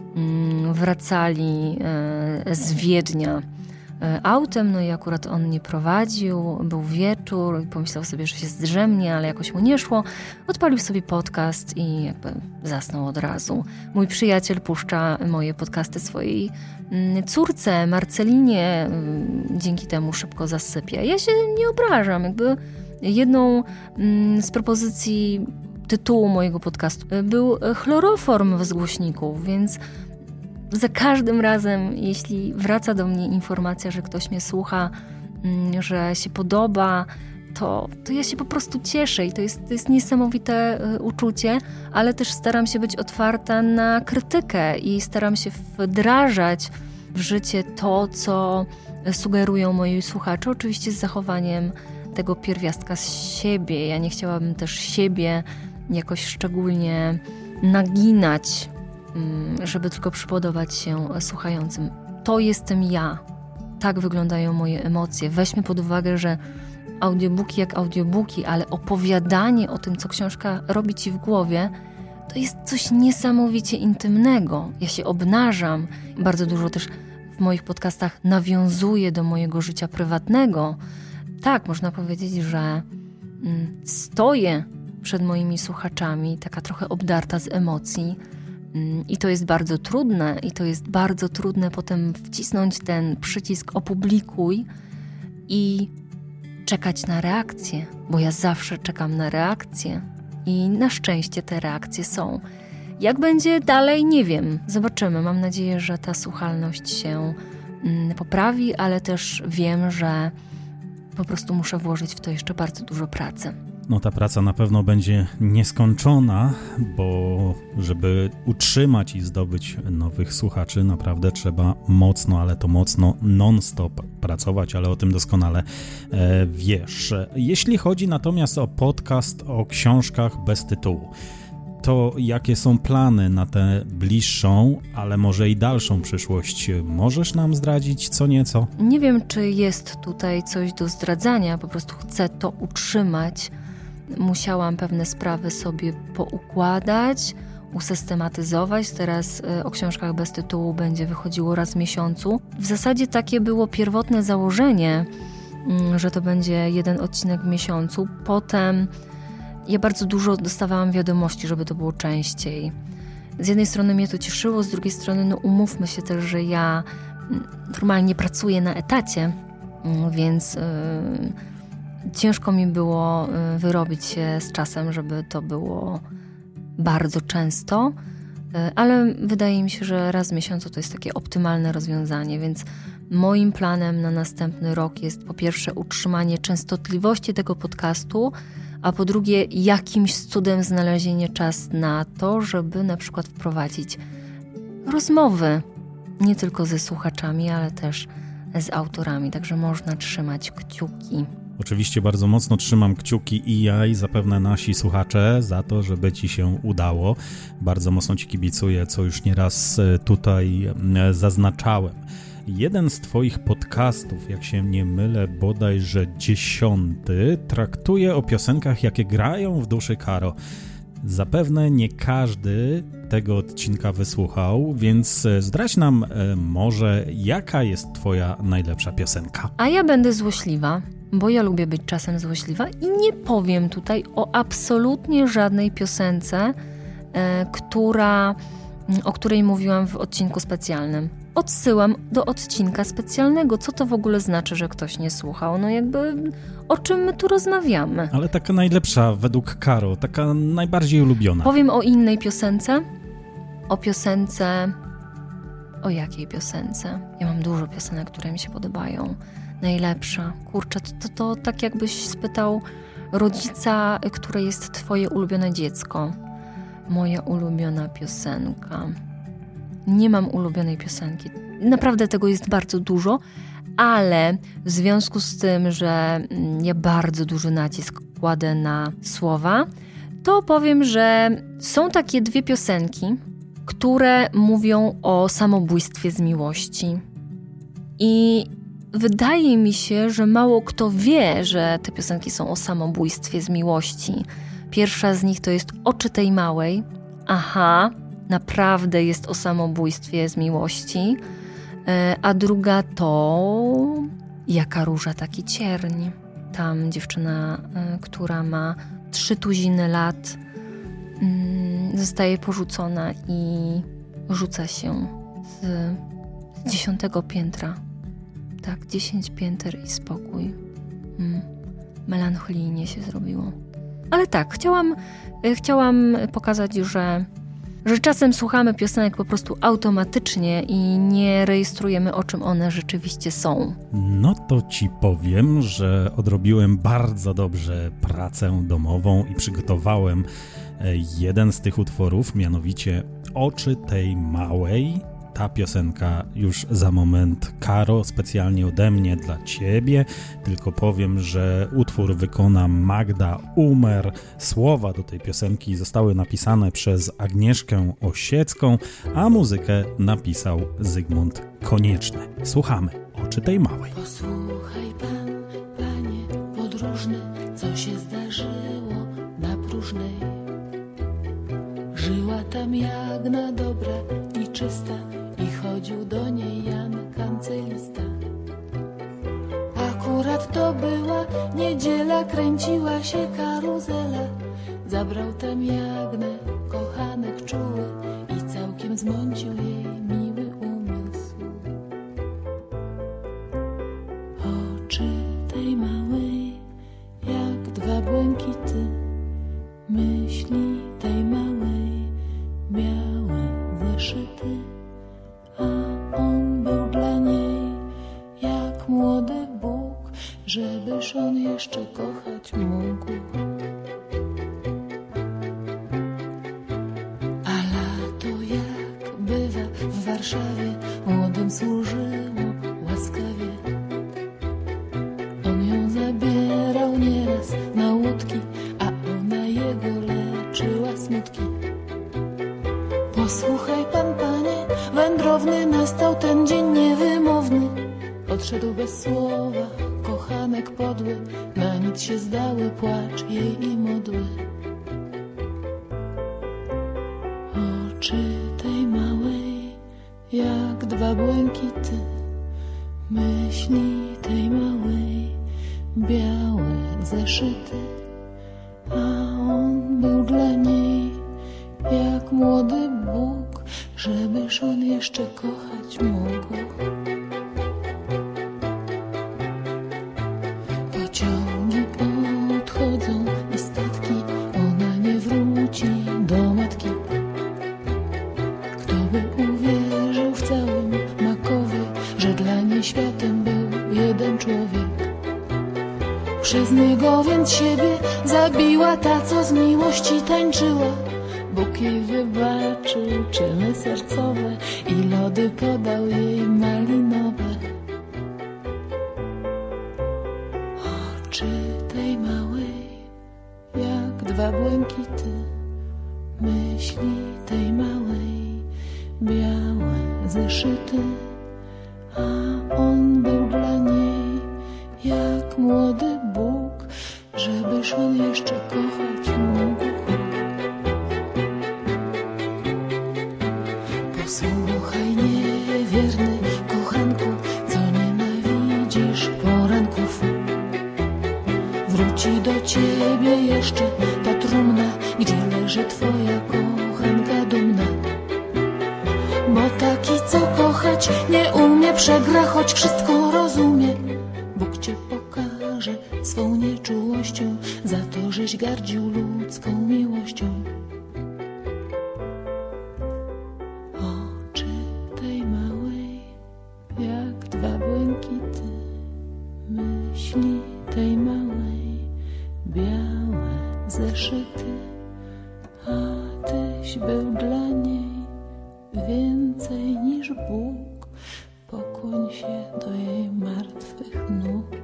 [SPEAKER 4] wracali z Wiednia autem, i akurat on nie prowadził, był wieczór i pomyślał sobie, że się zdrzemnie, ale jakoś mu nie szło. Odpalił sobie podcast i jakby zasnął od razu. Mój przyjaciel puszcza moje podcasty swojej córce, Marcelinie, dzięki temu szybko zasypia. Ja się nie obrażam, jakby jedną z propozycji tytułu mojego podcastu był chloroform z głośników, więc za każdym razem, jeśli wraca do mnie informacja, że ktoś mnie słucha, że się podoba, to ja się po prostu cieszę i to jest niesamowite uczucie, ale też staram się być otwarta na krytykę i staram się wdrażać w życie to, co sugerują moi słuchacze, oczywiście z zachowaniem tego pierwiastka z siebie. Ja nie chciałabym też siebie jakoś szczególnie naginać, żeby tylko przypodobać się słuchającym. To jestem ja. Tak wyglądają moje emocje. Weźmy pod uwagę, że audiobooki jak audiobooki, ale opowiadanie o tym, co książka robi ci w głowie, to jest coś niesamowicie intymnego. Ja się obnażam. Bardzo dużo też w moich podcastach nawiązuję do mojego życia prywatnego. Tak, można powiedzieć, że stoję przed moimi słuchaczami, taka trochę obdarta z emocji. I to jest bardzo trudne. I to jest bardzo trudne potem wcisnąć ten przycisk opublikuj i czekać na reakcję, bo ja zawsze czekam na reakcję i na szczęście te reakcje są. Jak będzie dalej, nie wiem. Zobaczymy. Mam nadzieję, że ta słuchalność się poprawi, ale też wiem, że po prostu muszę włożyć w to jeszcze bardzo dużo pracy.
[SPEAKER 3] No ta praca na pewno będzie nieskończona, bo żeby utrzymać i zdobyć nowych słuchaczy, naprawdę trzeba mocno, ale to mocno non-stop pracować, ale o tym doskonale wiesz. Jeśli chodzi natomiast o podcast o książkach bez tytułu, to jakie są plany na tę bliższą, ale może i dalszą przyszłość? Możesz nam zdradzić co nieco?
[SPEAKER 4] Nie wiem, czy jest tutaj coś do zdradzania, po prostu chcę to utrzymać. Musiałam pewne sprawy sobie poukładać, usystematyzować. Teraz o książkach bez tytułu będzie wychodziło raz w miesiącu. W zasadzie takie było pierwotne założenie, że to będzie jeden odcinek w miesiącu. Potem ja bardzo dużo dostawałam wiadomości, żeby to było częściej. Z jednej strony mnie to cieszyło, z drugiej strony umówmy się też, że ja normalnie pracuję na etacie, więc ciężko mi było wyrobić się z czasem, żeby to było bardzo często, ale wydaje mi się, że raz w miesiącu to jest takie optymalne rozwiązanie, więc moim planem na następny rok jest po pierwsze utrzymanie częstotliwości tego podcastu, a po drugie jakimś cudem znalezienie czasu na to, żeby na przykład wprowadzić rozmowy nie tylko ze słuchaczami, ale też z autorami, także można trzymać kciuki.
[SPEAKER 3] Oczywiście bardzo mocno trzymam kciuki i ja, i zapewne nasi słuchacze za to, żeby Ci się udało. Bardzo mocno Ci kibicuję, co już nieraz tutaj zaznaczałem. Jeden z Twoich podcastów, jak się nie mylę, bodajże 10, traktuje o piosenkach, jakie grają w duszy Karo. Zapewne nie każdy tego odcinka wysłuchał, więc zdradź nam może, jaka jest Twoja najlepsza piosenka.
[SPEAKER 4] A ja będę złośliwa, bo ja lubię być czasem złośliwa i nie powiem tutaj o absolutnie żadnej piosence, o której mówiłam w odcinku specjalnym. Odsyłam do odcinka specjalnego. Co to w ogóle znaczy, że ktoś nie słuchał? No jakby o czym my tu rozmawiamy?
[SPEAKER 3] Ale taka najlepsza według Karo, taka najbardziej ulubiona.
[SPEAKER 4] Powiem o innej piosence. O piosence... O jakiej piosence? Ja mam dużo piosenek, które mi się podobają. Najlepsza. Kurczę, to tak jakbyś spytał rodzica, które jest twoje ulubione dziecko. Moja ulubiona piosenka... Nie mam ulubionej piosenki. Naprawdę tego jest bardzo dużo, ale w związku z tym, że ja bardzo duży nacisk kładę na słowa, to powiem, że są takie 2 piosenki, które mówią o samobójstwie z miłości. I wydaje mi się, że mało kto wie, że te piosenki są o samobójstwie z miłości. Pierwsza z nich to jest Oczy tej małej. Aha, naprawdę jest o samobójstwie z miłości. A druga to Jaka róża, taki cierń. Tam dziewczyna, która ma 300 lat, zostaje porzucona i rzuca się z 10 piętra. Tak, 10 pięter i spokój. Melancholijnie się zrobiło. Ale tak, chciałam pokazać, że czasem słuchamy piosenek po prostu automatycznie i nie rejestrujemy, o czym one rzeczywiście są.
[SPEAKER 3] No to Ci powiem, że odrobiłem bardzo dobrze pracę domową i przygotowałem jeden z tych utworów, mianowicie Oczy tej małej. Ta piosenka już za moment, Karo, specjalnie ode mnie dla Ciebie. Tylko powiem, że utwór wykona Magda Umer. Słowa do tej piosenki zostały napisane przez Agnieszkę Osiecką, a muzykę napisał Zygmunt Konieczny. Słuchamy Oczy tej małej.
[SPEAKER 6] Posłuchaj pan, panie podróżny, co się zdarzyło na próżnej. Żyła tam Jagna dobra i czysta, i chodził do niej Jan kancelista. Akurat to była niedziela, kręciła się karuzela. Zabrał tam Jagnę kochanek czuły i całkiem zmącił jej miły umysł. Oczy tej małej jak 2 błękity, myśli tej małej białe zeszyty. A on był dla niej jak młody Bóg, żebyż on jeszcze kochać mógł. A lato jak bywa w Warszawie, młodym służyło łaskawie. On ją zabierał nieraz na łódki, a ona jego leczyła smutki. Posłuchaj pan, panie, wędrowny nastał ten dzień niewymowny. Odszedł bez słowa, kochanek podły, na nic się zdały płacz jej i modły. Oczy tej małej jak 2 błękity, myśli tej małej białe zeszyty. A on był dla niej jak młody Bóg, żebyż on jeszcze kochać mógł. Pociągi odchodzą i statki, ona nie wróci do matki. Kto by uwierzył w całym Makowie, że dla niej światem był jeden człowiek. Przez niego więc siebie zabiła ta, co z miłości tańczyła. Bóg jej wybaczył czyny sercowe i lody podał jej malinowe. Oczy
[SPEAKER 9] dwa błękity myśli tej małej, białe zeszyty, a on był dla niej jak młody Bóg, żebyż on jeszcze kochać mógł. Posłuchaj, niewierny kochanku, co nienawidzisz poranków. Wróci do ciebie jeszcze ta trumna, gdzie leży twoja kochanka dumna. Bo taki, co kochać nie umie, przegra, choć wszystko rozumie. Bóg cię pokaże swą nieczułością, za to, żeś gardził ludzką miłością. Oczy tej małej, jak dwa błękity, myśli tej małej, białe zeszyty, a tyś był dla niej więcej niż Bóg. Pokłoń się do jej martwych nóg.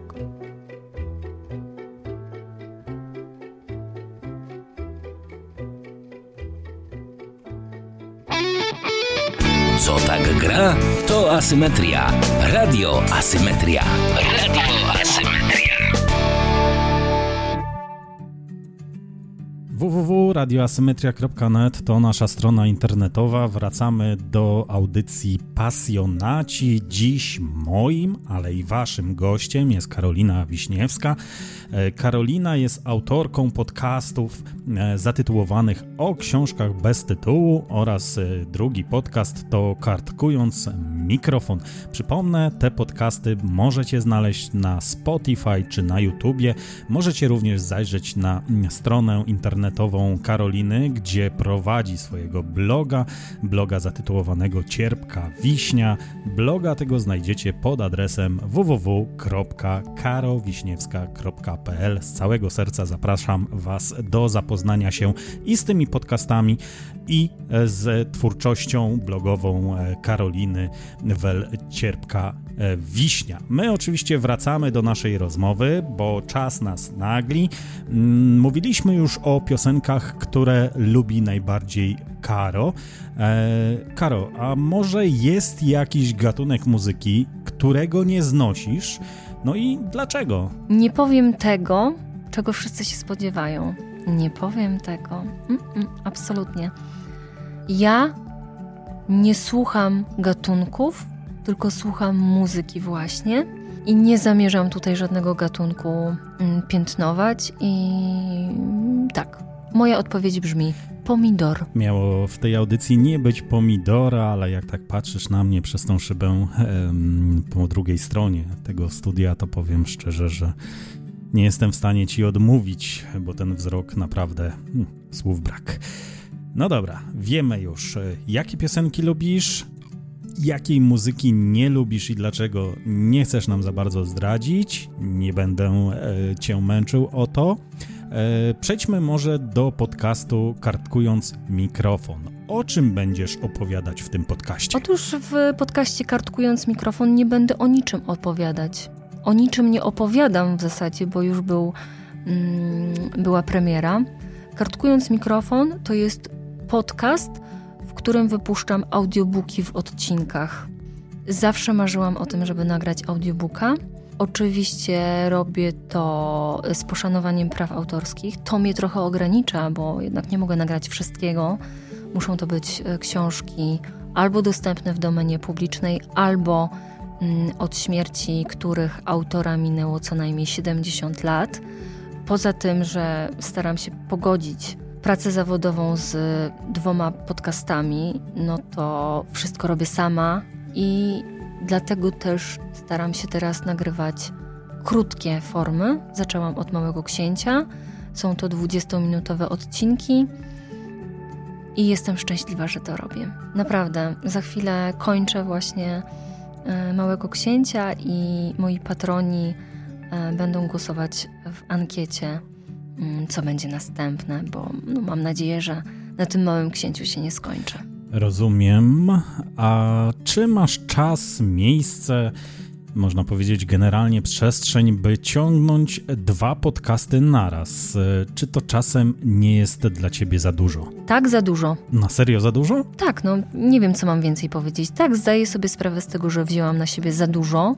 [SPEAKER 1] Co tak gra, to asymetria. Radio Asymetria. Radio Asymetria.
[SPEAKER 3] www.radioasymetria.net to nasza strona internetowa. Wracamy do audycji Pasjonaci. Dziś moim, ale i waszym gościem jest Karolina Wiśniewska. Karolina jest autorką podcastów zatytułowanych O książkach bez tytułu oraz drugi podcast to Kartkując mikrofon. Przypomnę, te podcasty możecie znaleźć na Spotify czy na YouTubie. Możecie również zajrzeć na stronę internetową Karoliny, gdzie prowadzi swojego bloga zatytułowanego Cierpka Wiśnia. Bloga tego znajdziecie pod adresem www.karowiśniewska.pl. Z całego serca zapraszam was do zapoznania się i z tymi podcastami, i z twórczością blogową Karoliny Cierpka Wiśnia. My oczywiście wracamy do naszej rozmowy, bo czas nas nagli. Mówiliśmy już o piosenkach, które lubi najbardziej Karo. Karo, a może jest jakiś gatunek muzyki, którego nie znosisz? No i dlaczego?
[SPEAKER 4] Nie powiem tego, czego wszyscy się spodziewają. Nie powiem tego. Absolutnie. Ja nie słucham gatunków, tylko słucham muzyki właśnie i nie zamierzam tutaj żadnego gatunku piętnować i tak, moja odpowiedź brzmi pomidor.
[SPEAKER 3] Miało w tej audycji nie być pomidora, ale jak tak patrzysz na mnie przez tą szybę po drugiej stronie tego studia, to powiem szczerze, że nie jestem w stanie ci odmówić, bo ten wzrok naprawdę słów brak. No dobra, wiemy już, jakie piosenki lubisz, jakiej muzyki nie lubisz i dlaczego nie chcesz nam za bardzo zdradzić. Nie będę cię męczył o to. Przejdźmy może do podcastu Kartkując mikrofon. O czym będziesz opowiadać w tym podcaście?
[SPEAKER 4] Otóż w podcaście Kartkując mikrofon nie będę o niczym opowiadać. O niczym nie opowiadam w zasadzie, bo już była premiera. Kartkując mikrofon to jest podcast, w którym wypuszczam audiobooki w odcinkach. Zawsze marzyłam o tym, żeby nagrać audiobooka. Oczywiście robię to z poszanowaniem praw autorskich. To mnie trochę ogranicza, bo jednak nie mogę nagrać wszystkiego. Muszą to być książki albo dostępne w domenie publicznej, albo od śmierci których autora minęło co najmniej 70 lat. Poza tym, że staram się pogodzić pracę zawodową z 2 podcastami, no to wszystko robię sama i dlatego też staram się teraz nagrywać krótkie formy. Zaczęłam od Małego Księcia. Są to 20-minutowe odcinki i jestem szczęśliwa, że to robię. Naprawdę, za chwilę kończę właśnie Małego Księcia i moi patroni będą głosować w ankiecie, co będzie następne, bo mam nadzieję, że na tym Małym Księciu się nie skończę.
[SPEAKER 3] Rozumiem. A czy masz czas, miejsce można powiedzieć generalnie przestrzeń, by ciągnąć 2 podcasty naraz. Czy to czasem nie jest dla ciebie za dużo?
[SPEAKER 4] Tak, za dużo.
[SPEAKER 3] Na serio za dużo?
[SPEAKER 4] Tak, no nie wiem, co mam więcej powiedzieć. Tak, zdaję sobie sprawę z tego, że wzięłam na siebie za dużo,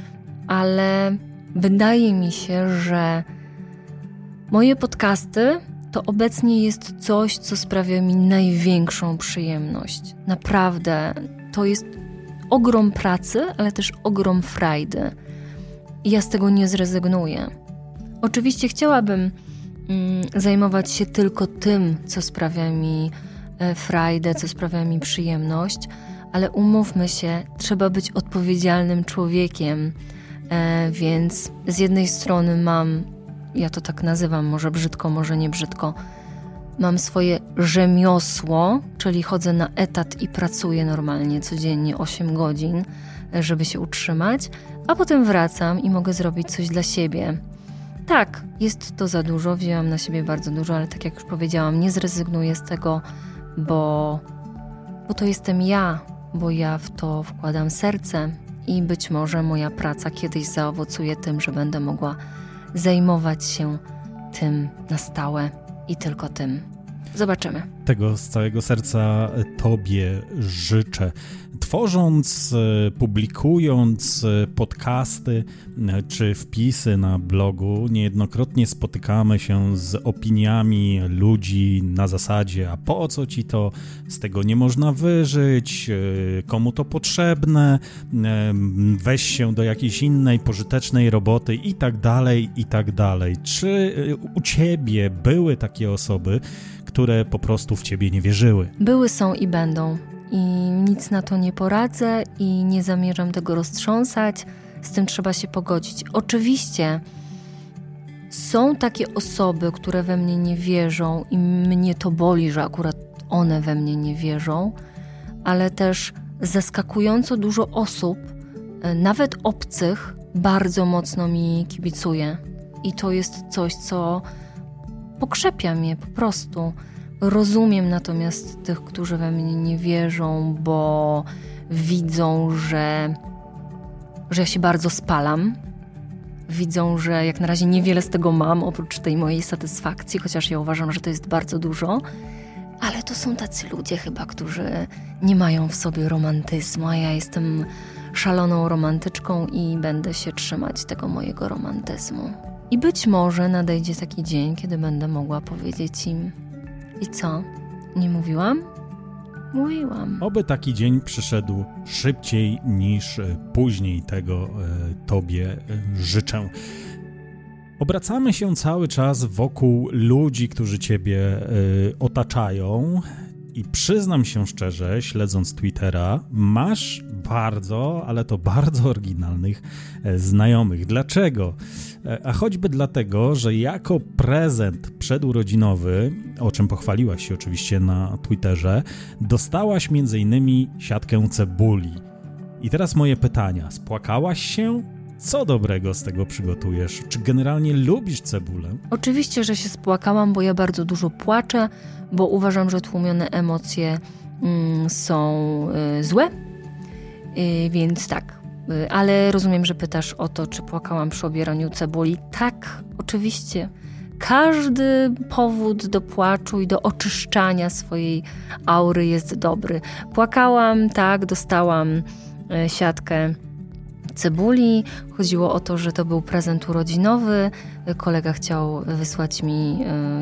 [SPEAKER 4] ale wydaje mi się, że moje podcasty to obecnie jest coś, co sprawia mi największą przyjemność. Naprawdę, to jest ogrom pracy, ale też ogrom frajdy. I ja z tego nie zrezygnuję. Oczywiście chciałabym zajmować się tylko tym, co sprawia mi frajdę, co sprawia mi przyjemność, ale umówmy się, trzeba być odpowiedzialnym człowiekiem, więc z jednej strony mam, ja to tak nazywam, może brzydko, może nie brzydko, mam swoje rzemiosło, czyli chodzę na etat i pracuję normalnie codziennie 8 godzin, żeby się utrzymać, a potem wracam i mogę zrobić coś dla siebie. Tak, jest to za dużo, wzięłam na siebie bardzo dużo, ale tak jak już powiedziałam, nie zrezygnuję z tego, bo to jestem ja, bo ja w to wkładam serce i być może moja praca kiedyś zaowocuje tym, że będę mogła zajmować się tym na stałe i tylko tym. Zobaczymy.
[SPEAKER 3] Tego z całego serca tobie życzę. Tworząc, publikując podcasty czy wpisy na blogu, niejednokrotnie spotykamy się z opiniami ludzi na zasadzie: a po co ci to, z tego nie można wyżyć, komu to potrzebne, weź się do jakiejś innej pożytecznej roboty i tak dalej, i tak dalej. Czy u ciebie były takie osoby, które po prostu w ciebie nie wierzyły?
[SPEAKER 4] Były, są i będą. I nic na to nie poradzę i nie zamierzam tego roztrząsać. Z tym trzeba się pogodzić. Oczywiście są takie osoby, które we mnie nie wierzą i mnie to boli, że akurat one we mnie nie wierzą, ale też zaskakująco dużo osób, nawet obcych, bardzo mocno mi kibicuje. I to jest coś, co pokrzepia mnie po prostu. Rozumiem natomiast tych, którzy we mnie nie wierzą, bo widzą, że ja się bardzo spalam. Widzą, że jak na razie niewiele z tego mam, oprócz tej mojej satysfakcji, chociaż ja uważam, że to jest bardzo dużo. Ale to są tacy ludzie chyba, którzy nie mają w sobie romantyzmu, a ja jestem szaloną romantyczką i będę się trzymać tego mojego romantyzmu. I być może nadejdzie taki dzień, kiedy będę mogła powiedzieć im: i co? Nie mówiłam? Mówiłam.
[SPEAKER 3] Oby taki dzień przyszedł szybciej niż później, tego tobie życzę. Obracamy się cały czas wokół ludzi, którzy ciebie otaczają i przyznam się szczerze, śledząc Twittera, masz bardzo, ale to bardzo oryginalnych znajomych. Dlaczego? A choćby dlatego, że jako prezent przedurodzinowy, o czym pochwaliłaś się oczywiście na Twitterze, dostałaś m.in. siatkę cebuli. I teraz moje pytania. Spłakałaś się? Co dobrego z tego przygotujesz? Czy generalnie lubisz cebulę?
[SPEAKER 4] Oczywiście, że się spłakałam, bo ja bardzo dużo płaczę, bo uważam, że tłumione emocje są złe, więc tak. Ale rozumiem, że pytasz o to, czy płakałam przy obieraniu cebuli. Tak, oczywiście. Każdy powód do płaczu i do oczyszczania swojej aury jest dobry. Płakałam, tak, dostałam siatkę cebuli. Chodziło o to, że to był prezent urodzinowy. Kolega chciał wysłać mi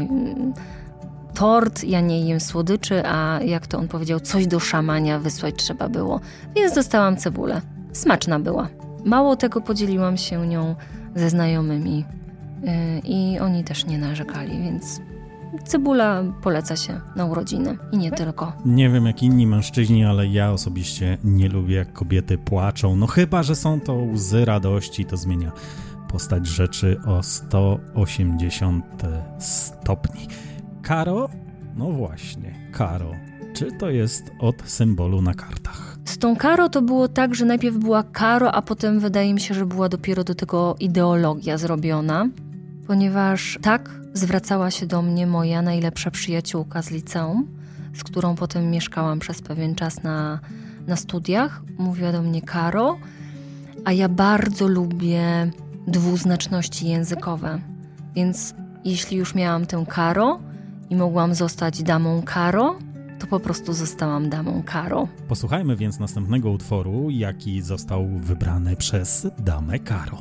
[SPEAKER 4] tort, ja nie jem słodyczy, a jak to on powiedział, coś do szamania wysłać trzeba było. Więc dostałam cebulę. Smaczna była. Mało tego, podzieliłam się nią ze znajomymi i oni też nie narzekali, więc cebula poleca się na urodziny i nie tylko.
[SPEAKER 3] Nie wiem jak inni mężczyźni, ale ja osobiście nie lubię, jak kobiety płaczą. No chyba że są to łzy radości, to zmienia postać rzeczy o 180 stopni. Karo? No właśnie, karo. Czy to jest od symbolu na kartach?
[SPEAKER 4] Z tą karo to było tak, że najpierw była karo, a potem wydaje mi się, że była dopiero do tego ideologia zrobiona, ponieważ tak zwracała się do mnie moja najlepsza przyjaciółka z liceum, z którą potem mieszkałam przez pewien czas na studiach. Mówiła do mnie Karo, a ja bardzo lubię dwuznaczności językowe. Więc jeśli już miałam tę Karo i mogłam zostać damą Karo, to po prostu zostałam damą Karo.
[SPEAKER 3] Posłuchajmy więc następnego utworu, jaki został wybrany przez damę Karo.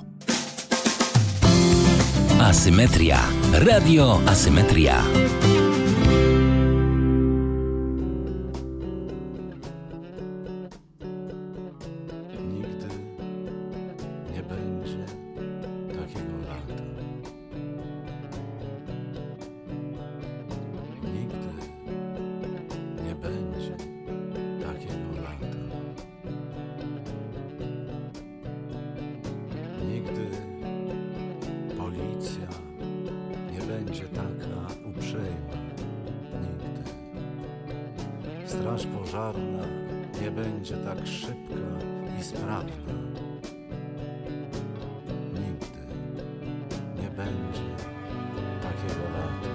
[SPEAKER 1] Asymetria. Radio Asymetria.
[SPEAKER 10] Nigdy nie będzie takiego lata. Nigdy nie będzie takiego lata. Nigdy policja nie będzie taka uprzejma. Nigdy. Straż pożarna nie będzie tak szybka i sprawna. Nigdy nie będzie takiego lata.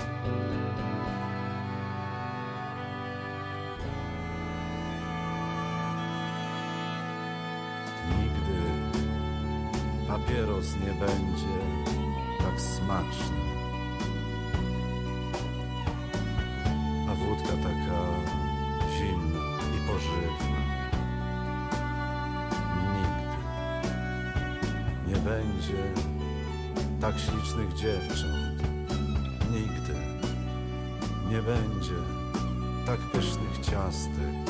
[SPEAKER 10] Nigdy papieros nie będzie tak smaczny, a wódka taka zimna i pożywna. Nigdy nie będzie tak ślicznych dziewcząt. Nigdy nie będzie tak pysznych ciastek.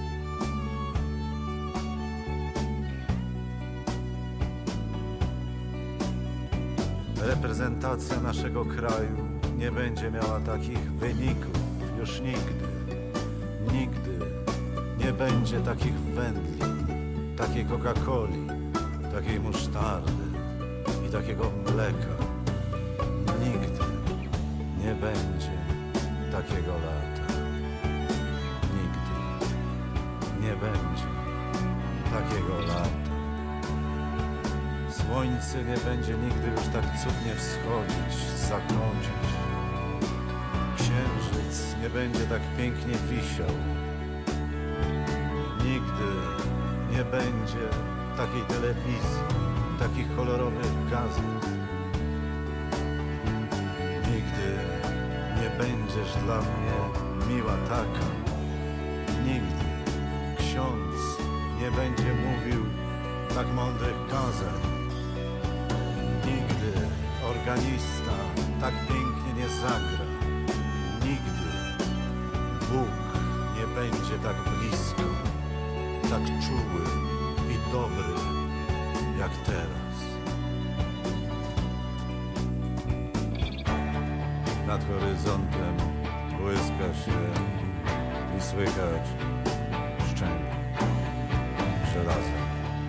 [SPEAKER 10] Reprezentacja naszego kraju nie będzie miała takich wyników już nigdy. Nigdy nie będzie takich wędlin, takiej Coca-Coli, takiej musztardy i takiego mleka. Nigdy nie będzie takiego lata. Nigdy nie będzie takiego lata. Słońce nie będzie nigdy już tak cudnie wschodzić, zachodzić. Księżyc nie będzie tak pięknie wisiał. Nigdy nie będzie takiej telewizji, takich kolorowych gazet. Nigdy nie będziesz dla mnie miła taka. Nigdy ksiądz nie będzie mówił tak mądrych kazań. Nigdy organista tak pięknie nie zagra. Nigdy Bóg nie będzie tak blisko, tak czuły i dobry jak teraz. Nad horyzontem błyska się i słychać szczęk żelaza.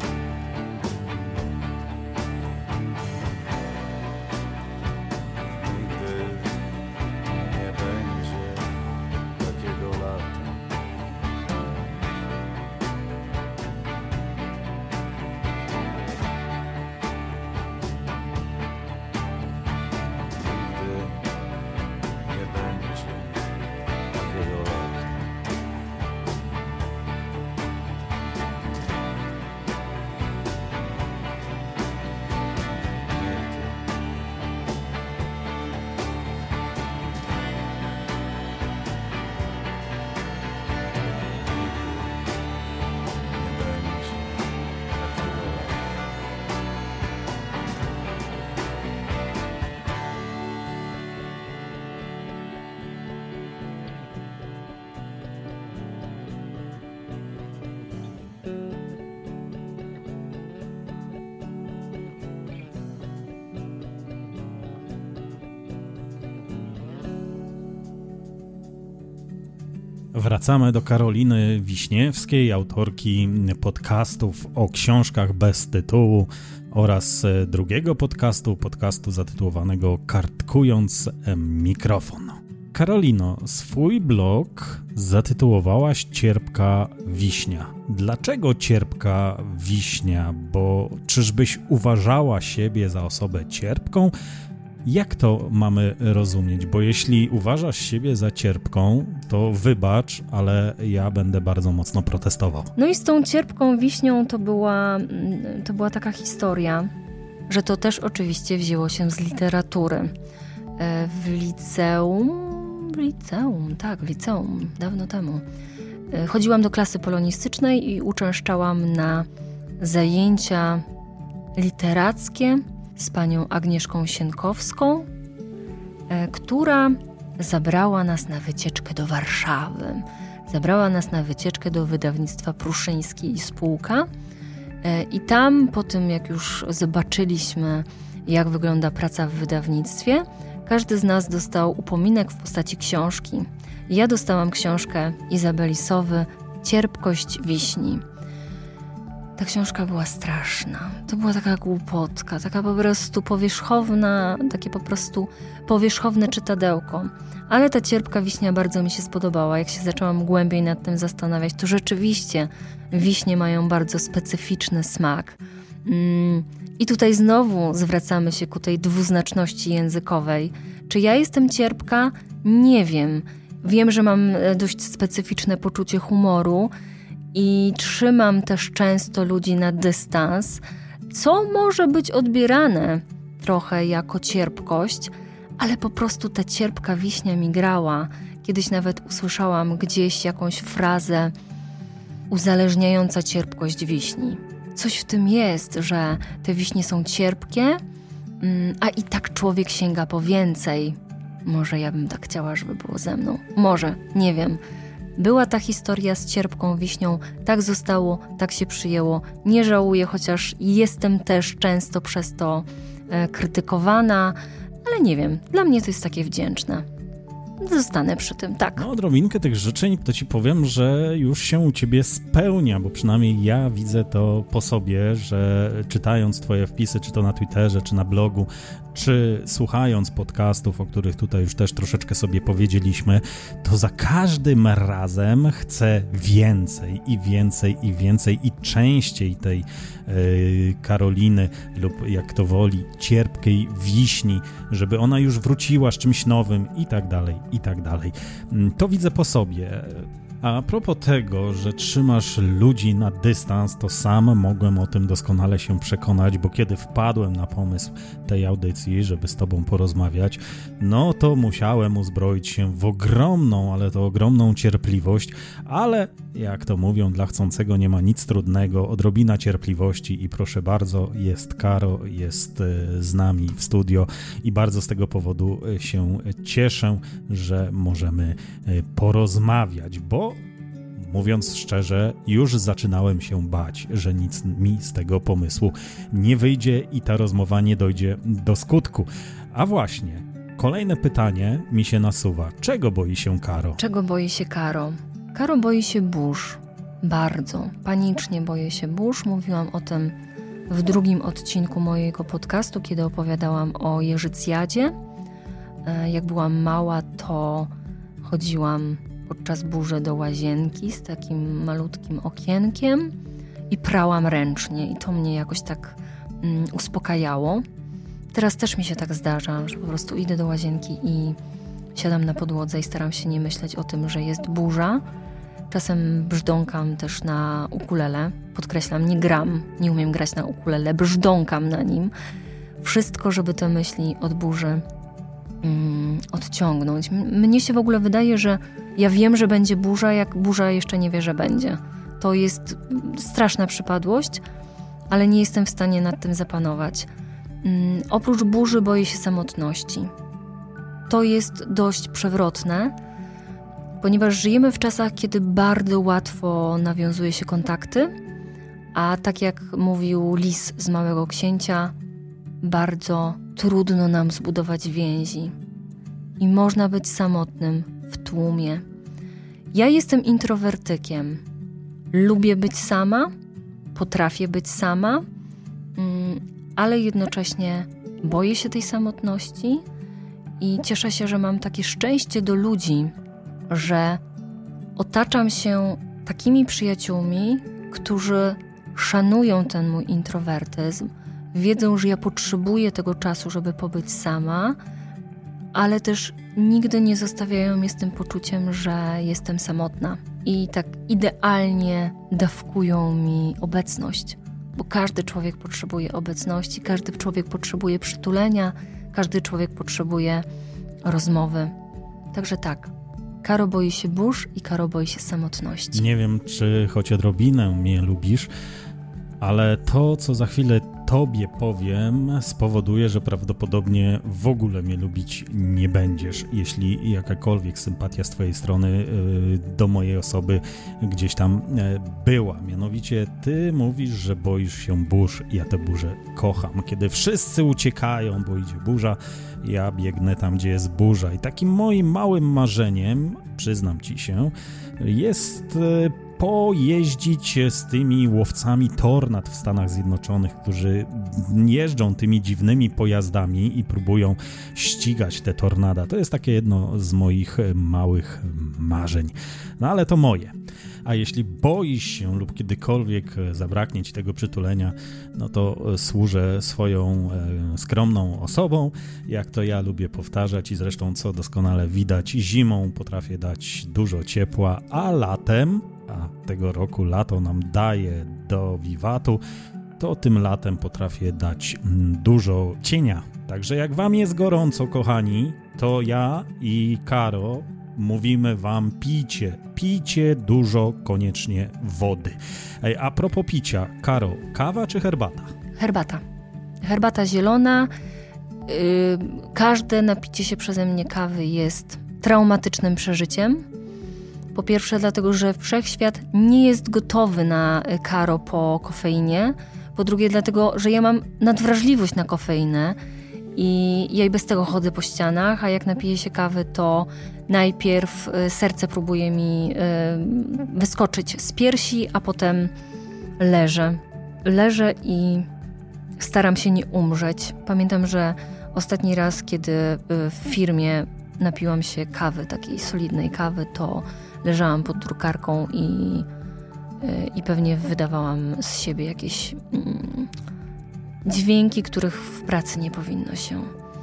[SPEAKER 3] Wracamy do Karoliny Wiśniewskiej, autorki podcastów o książkach bez tytułu oraz drugiego podcastu zatytułowanego Kartkując mikrofon. Karolino, swój blog zatytułowałaś Cierpka Wiśnia. Dlaczego Cierpka Wiśnia? Bo czyżbyś uważała siebie za osobę cierpką? Jak to mamy rozumieć? Bo jeśli uważasz siebie za cierpką, to wybacz, ale ja będę bardzo mocno protestował.
[SPEAKER 4] No i z tą cierpką wiśnią to była taka historia, że to też oczywiście wzięło się z literatury. W liceum, dawno temu. Chodziłam do klasy polonistycznej i uczęszczałam na zajęcia literackie z panią Agnieszką Sienkowską, która zabrała nas na wycieczkę do Warszawy. Zabrała nas na wycieczkę do wydawnictwa Pruszyński i Spółka. I tam, po tym jak już zobaczyliśmy, jak wygląda praca w wydawnictwie, każdy z nas dostał upominek w postaci książki. Ja dostałam książkę Izabeli Sowy „Cierpkość wiśni”. Ta książka była straszna. To była taka głupotka, taka po prostu powierzchowna, takie po prostu powierzchowne czytadełko. Ale ta cierpka wiśnia bardzo mi się spodobała. Jak się zaczęłam głębiej nad tym zastanawiać, to rzeczywiście wiśnie mają bardzo specyficzny smak. I tutaj znowu zwracamy się ku tej dwuznaczności językowej. Czy ja jestem cierpka? Nie wiem. Wiem, że mam dość specyficzne poczucie humoru i trzymam też często ludzi na dystans, co może być odbierane trochę jako cierpkość, ale po prostu ta cierpka wiśnia mi grała. Kiedyś nawet usłyszałam gdzieś jakąś frazę uzależniająca cierpkość wiśni. Coś w tym jest, że te wiśnie są cierpkie, a i tak człowiek sięga po więcej. Może ja bym tak chciała, żeby było ze mną. Może, nie wiem. Była ta historia z cierpką wiśnią, tak zostało, tak się przyjęło. Nie żałuję, chociaż jestem też często przez to krytykowana, ale nie wiem, dla mnie to jest takie wdzięczne. Zostanę przy tym, tak.
[SPEAKER 3] No, odrobinkę tych życzeń, to ci powiem, że już się u ciebie spełnia, bo przynajmniej ja widzę to po sobie, że czytając twoje wpisy, czy to na Twitterze, czy na blogu, czy słuchając podcastów, o których tutaj już też troszeczkę sobie powiedzieliśmy, to za każdym razem chcę więcej i więcej i więcej i częściej tej Karoliny lub jak to woli, cierpkiej wiśni, żeby ona już wróciła z czymś nowym i tak dalej, i tak dalej. To widzę po sobie. A propos tego, że trzymasz ludzi na dystans, to sam mogłem o tym doskonale się przekonać, bo kiedy wpadłem na pomysł tej audycji, żeby z tobą porozmawiać, no to musiałem uzbroić się w ogromną, ale to ogromną cierpliwość, ale jak to mówią, dla chcącego nie ma nic trudnego, odrobina cierpliwości i proszę bardzo, jest Karo, jest z nami w studio i bardzo z tego powodu się cieszę, że możemy porozmawiać, bo mówiąc szczerze, już zaczynałem się bać, że nic mi z tego pomysłu nie wyjdzie i ta rozmowa nie dojdzie do skutku. A właśnie, kolejne pytanie mi się nasuwa. Czego boi się Karo?
[SPEAKER 4] Czego boi się Karo? Karo boi się burz. Bardzo. Panicznie boję się burz. Mówiłam o tym w drugim odcinku mojego podcastu, kiedy opowiadałam o Jeżycjadzie. Jak byłam mała, to chodziłam podczas burzy do łazienki z takim malutkim okienkiem i prałam ręcznie i to mnie jakoś tak uspokajało. Teraz też mi się tak zdarza, że po prostu idę do łazienki i siadam na podłodze i staram się nie myśleć o tym, że jest burza. Czasem brzdąkam też na ukulele. Podkreślam, nie gram, nie umiem grać na ukulele, brzdąkam na nim. Wszystko, żeby te myśli od burzy odciągnąć. Mnie się w ogóle wydaje, że ja wiem, że będzie burza, jak burza jeszcze nie wie, że będzie. To jest straszna przypadłość, ale nie jestem w stanie nad tym zapanować. Oprócz burzy boję się samotności. To jest dość przewrotne, ponieważ żyjemy w czasach, kiedy bardzo łatwo nawiązuje się kontakty, a tak jak mówił Lis z Małego Księcia, bardzo trudno nam zbudować więzi i można być samotnym w tłumie. Ja jestem introwertykiem. Lubię być sama, potrafię być sama, ale jednocześnie boję się tej samotności i cieszę się, że mam takie szczęście do ludzi, że otaczam się takimi przyjaciółmi, którzy szanują ten mój introwertyzm, wiedzą, że ja potrzebuję tego czasu, żeby pobyć sama, ale też nigdy nie zostawiają mnie z tym poczuciem, że jestem samotna. I tak idealnie dawkują mi obecność, bo każdy człowiek potrzebuje obecności, każdy człowiek potrzebuje przytulenia, każdy człowiek potrzebuje rozmowy. Także tak, Karo boi się burz i Karo boi się samotności.
[SPEAKER 3] Nie wiem, czy choć odrobinę mnie lubisz, ale to, co za chwilę tobie powiem, spowoduje, że prawdopodobnie w ogóle mnie lubić nie będziesz, jeśli jakakolwiek sympatia z twojej strony do mojej osoby gdzieś tam była. Mianowicie ty mówisz, że boisz się burz. Ja tę burzę kocham. Kiedy wszyscy uciekają, bo idzie burza, ja biegnę tam, gdzie jest burza. I takim moim małym marzeniem, przyznam ci się, jest pojeździć z tymi łowcami tornad w Stanach Zjednoczonych, którzy jeżdżą tymi dziwnymi pojazdami i próbują ścigać te tornada. To jest takie jedno z moich małych marzeń. No ale to moje. A jeśli boisz się lub kiedykolwiek zabraknie ci tego przytulenia, no to służę swoją skromną osobą, jak to ja lubię powtarzać i zresztą co doskonale widać, zimą potrafię dać dużo ciepła, a latem, a tego roku lato nam daje do wiwatu, to tym latem potrafię dać dużo cienia. Także jak wam jest gorąco, kochani, to ja i Karo mówimy wam pijcie dużo koniecznie wody. A propos picia, Karo, kawa czy herbata?
[SPEAKER 4] Herbata. Herbata zielona. Każde napicie się przeze mnie kawy jest traumatycznym przeżyciem. Po pierwsze dlatego, że wszechświat nie jest gotowy na Karo po kofeinie. Po drugie dlatego, że ja mam nadwrażliwość na kofeinę i ja i bez tego chodzę po ścianach, a jak napiję się kawy, to najpierw serce próbuje mi wyskoczyć z piersi, a potem leżę i staram się nie umrzeć. Pamiętam, że ostatni raz, kiedy w firmie napiłam się kawy, takiej solidnej kawy, to leżałam pod drukarką i pewnie wydawałam z siebie jakieś dźwięki, których w pracy nie powinno się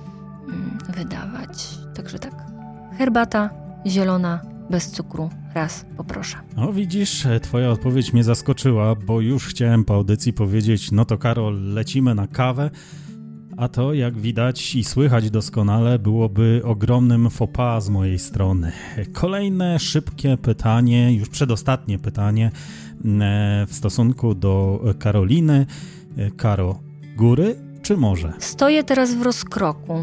[SPEAKER 4] wydawać. Także tak, herbata zielona, bez cukru, raz poproszę.
[SPEAKER 3] No widzisz, twoja odpowiedź mnie zaskoczyła, bo już chciałem po audycji powiedzieć, no to Karol, lecimy na kawę, a to jak widać i słychać doskonale byłoby ogromnym faux pas z mojej strony. Kolejne szybkie pytanie, już przedostatnie pytanie w stosunku do Karoliny. Karo, góry czy morze?
[SPEAKER 4] Stoję teraz w rozkroku.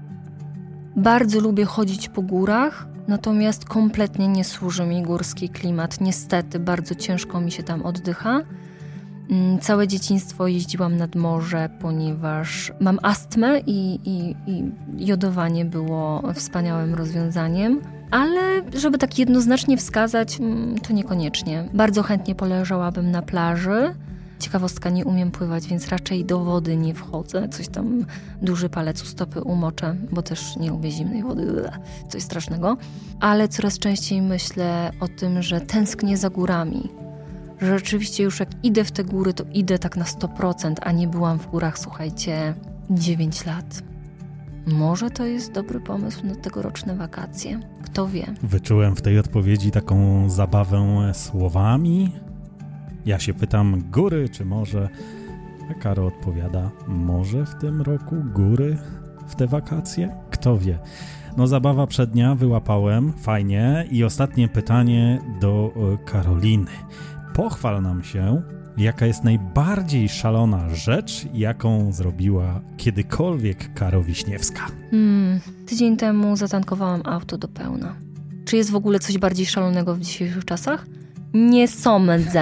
[SPEAKER 4] Bardzo lubię chodzić po górach, natomiast kompletnie nie służy mi górski klimat. Niestety, bardzo ciężko mi się tam oddycha. Całe dzieciństwo jeździłam nad morze, ponieważ mam astmę i jodowanie było wspaniałym rozwiązaniem. Ale żeby tak jednoznacznie wskazać, to niekoniecznie. Bardzo chętnie poleżałabym na plaży. Ciekawostka, nie umiem pływać, więc raczej do wody nie wchodzę. Coś tam, duży palec u stopy umoczę, bo też nie lubię zimnej wody. Coś strasznego. Ale coraz częściej myślę o tym, że tęsknię za górami. Że rzeczywiście już jak idę w te góry, to idę tak na 100%, a nie byłam w górach, słuchajcie, 9 lat. Może to jest dobry pomysł na tegoroczne wakacje. Kto wie?
[SPEAKER 3] Wyczułem w tej odpowiedzi taką zabawę słowami. Ja się pytam, góry czy morze? A Karo odpowiada, może w tym roku góry w te wakacje? Kto wie? No zabawa przednia, wyłapałem, fajnie. I ostatnie pytanie do Karoliny. Pochwal nam się, jaka jest najbardziej szalona rzecz, jaką zrobiła kiedykolwiek Karo Wiśniewska.
[SPEAKER 4] Tydzień temu zatankowałam auto do pełna. Czy jest w ogóle coś bardziej szalonego w dzisiejszych czasach? Nie sądzę.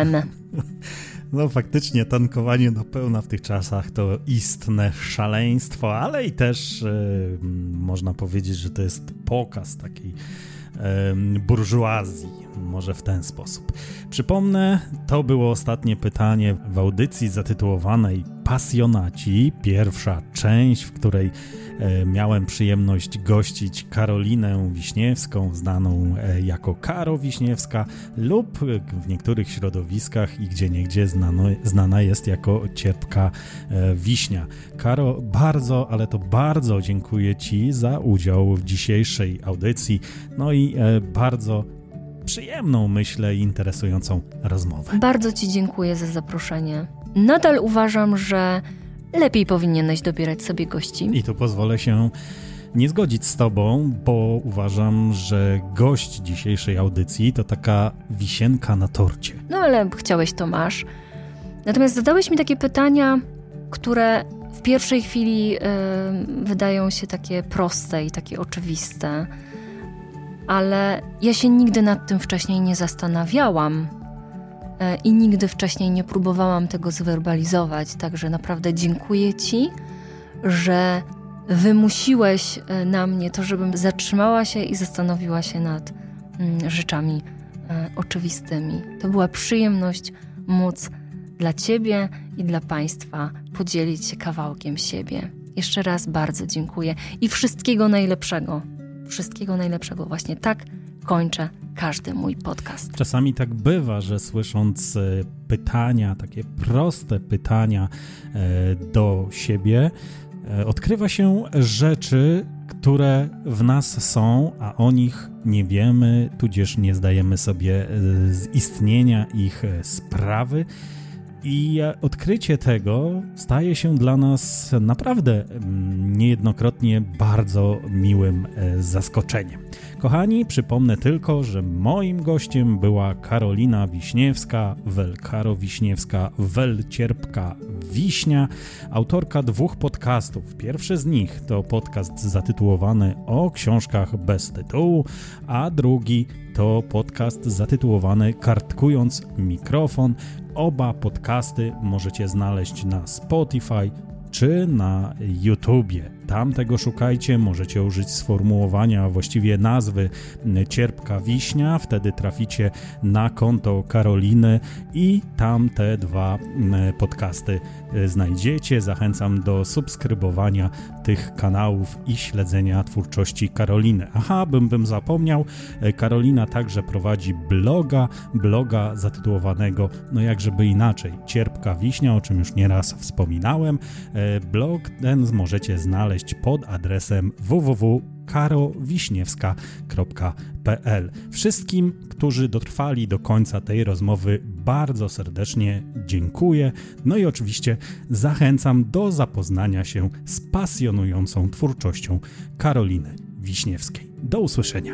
[SPEAKER 3] No faktycznie tankowanie do pełna w tych czasach to istne szaleństwo, ale i też można powiedzieć, że to jest pokaz takiej burżuazji, może w ten sposób. Przypomnę, to było ostatnie pytanie w audycji zatytułowanej Pasjonaci, pierwsza część, w której miałem przyjemność gościć Karolinę Wiśniewską, znaną jako Karo Wiśniewska lub w niektórych środowiskach i gdzieniegdzie znana jest jako Cierpka Wiśnia. Karo, bardzo, ale to bardzo dziękuję Ci za udział w dzisiejszej audycji, no i bardzo przyjemną, myślę, i interesującą rozmowę.
[SPEAKER 4] Bardzo Ci dziękuję za zaproszenie. Nadal uważam, że lepiej powinieneś dobierać sobie gości.
[SPEAKER 3] I tu pozwolę się nie zgodzić z Tobą, bo uważam, że gość dzisiejszej audycji to taka wisienka na torcie.
[SPEAKER 4] No ale chciałeś, to masz. Natomiast zadałeś mi takie pytania, które w pierwszej chwili wydają się takie proste i takie oczywiste, ale ja się nigdy nad tym wcześniej nie zastanawiałam i nigdy wcześniej nie próbowałam tego zwerbalizować, także naprawdę dziękuję Ci, że wymusiłeś na mnie to, żebym zatrzymała się i zastanowiła się nad rzeczami oczywistymi. To była przyjemność móc dla Ciebie i dla Państwa podzielić się kawałkiem siebie. Jeszcze raz bardzo dziękuję i wszystkiego najlepszego. Wszystkiego najlepszego. Właśnie tak kończę każdy mój podcast.
[SPEAKER 3] Czasami tak bywa, że słysząc pytania, takie proste pytania do siebie, odkrywa się rzeczy, które w nas są, a o nich nie wiemy, tudzież nie zdajemy sobie z istnienia ich sprawy. I odkrycie tego staje się dla nas naprawdę niejednokrotnie bardzo miłym zaskoczeniem. Kochani, przypomnę tylko, że moim gościem była Karolina Wiśniewska, wel Karo Wiśniewska, wel Cierpka Wiśnia, autorka 2 podcastów. Pierwszy z nich to podcast zatytułowany o książkach bez tytułu, a drugi to podcast zatytułowany Kartkując mikrofon. Oba podcasty możecie znaleźć na Spotify czy na YouTubie. Tam tego szukajcie, możecie użyć sformułowania, a właściwie nazwy Cierpka Wiśnia, wtedy traficie na konto Karoliny i tam te 2 podcasty znajdziecie. Zachęcam do subskrybowania tych kanałów i śledzenia twórczości Karoliny. Aha, bym zapomniał, Karolina także prowadzi bloga zatytułowanego, no jakżeby inaczej, Cierpka Wiśnia, o czym już nieraz wspominałem. Blog ten możecie znaleźć pod adresem www.karowiśniewska.pl. Wszystkim, którzy dotrwali do końca tej rozmowy, bardzo serdecznie dziękuję. No i oczywiście zachęcam do zapoznania się z pasjonującą twórczością Karoliny Wiśniewskiej. Do usłyszenia.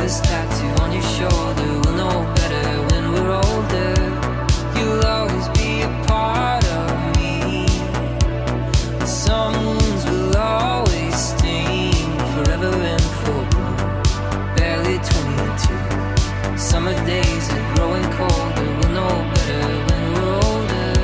[SPEAKER 2] this tattoo on your shoulder. We'll know better when we're older. You'll always be a part of me. But some wounds will always sting forever and full blown. Barely 22. Summer days are growing colder. We'll know better when we're older.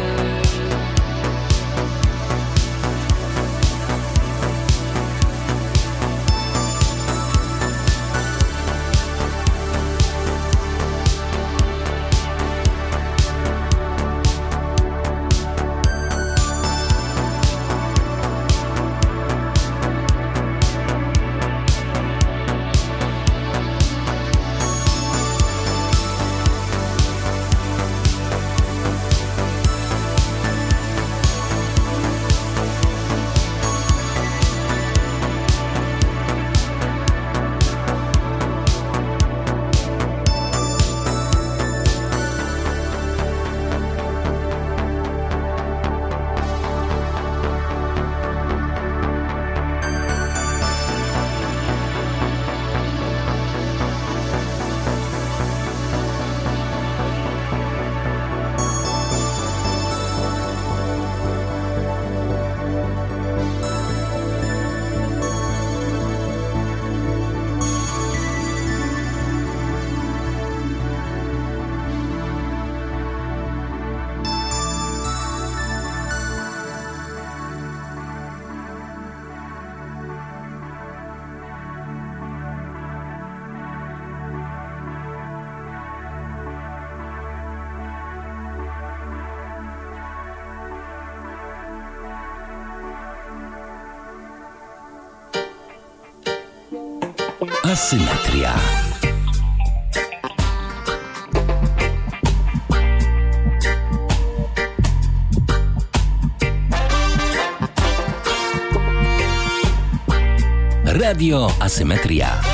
[SPEAKER 1] Asymetria. Radio Asymetria.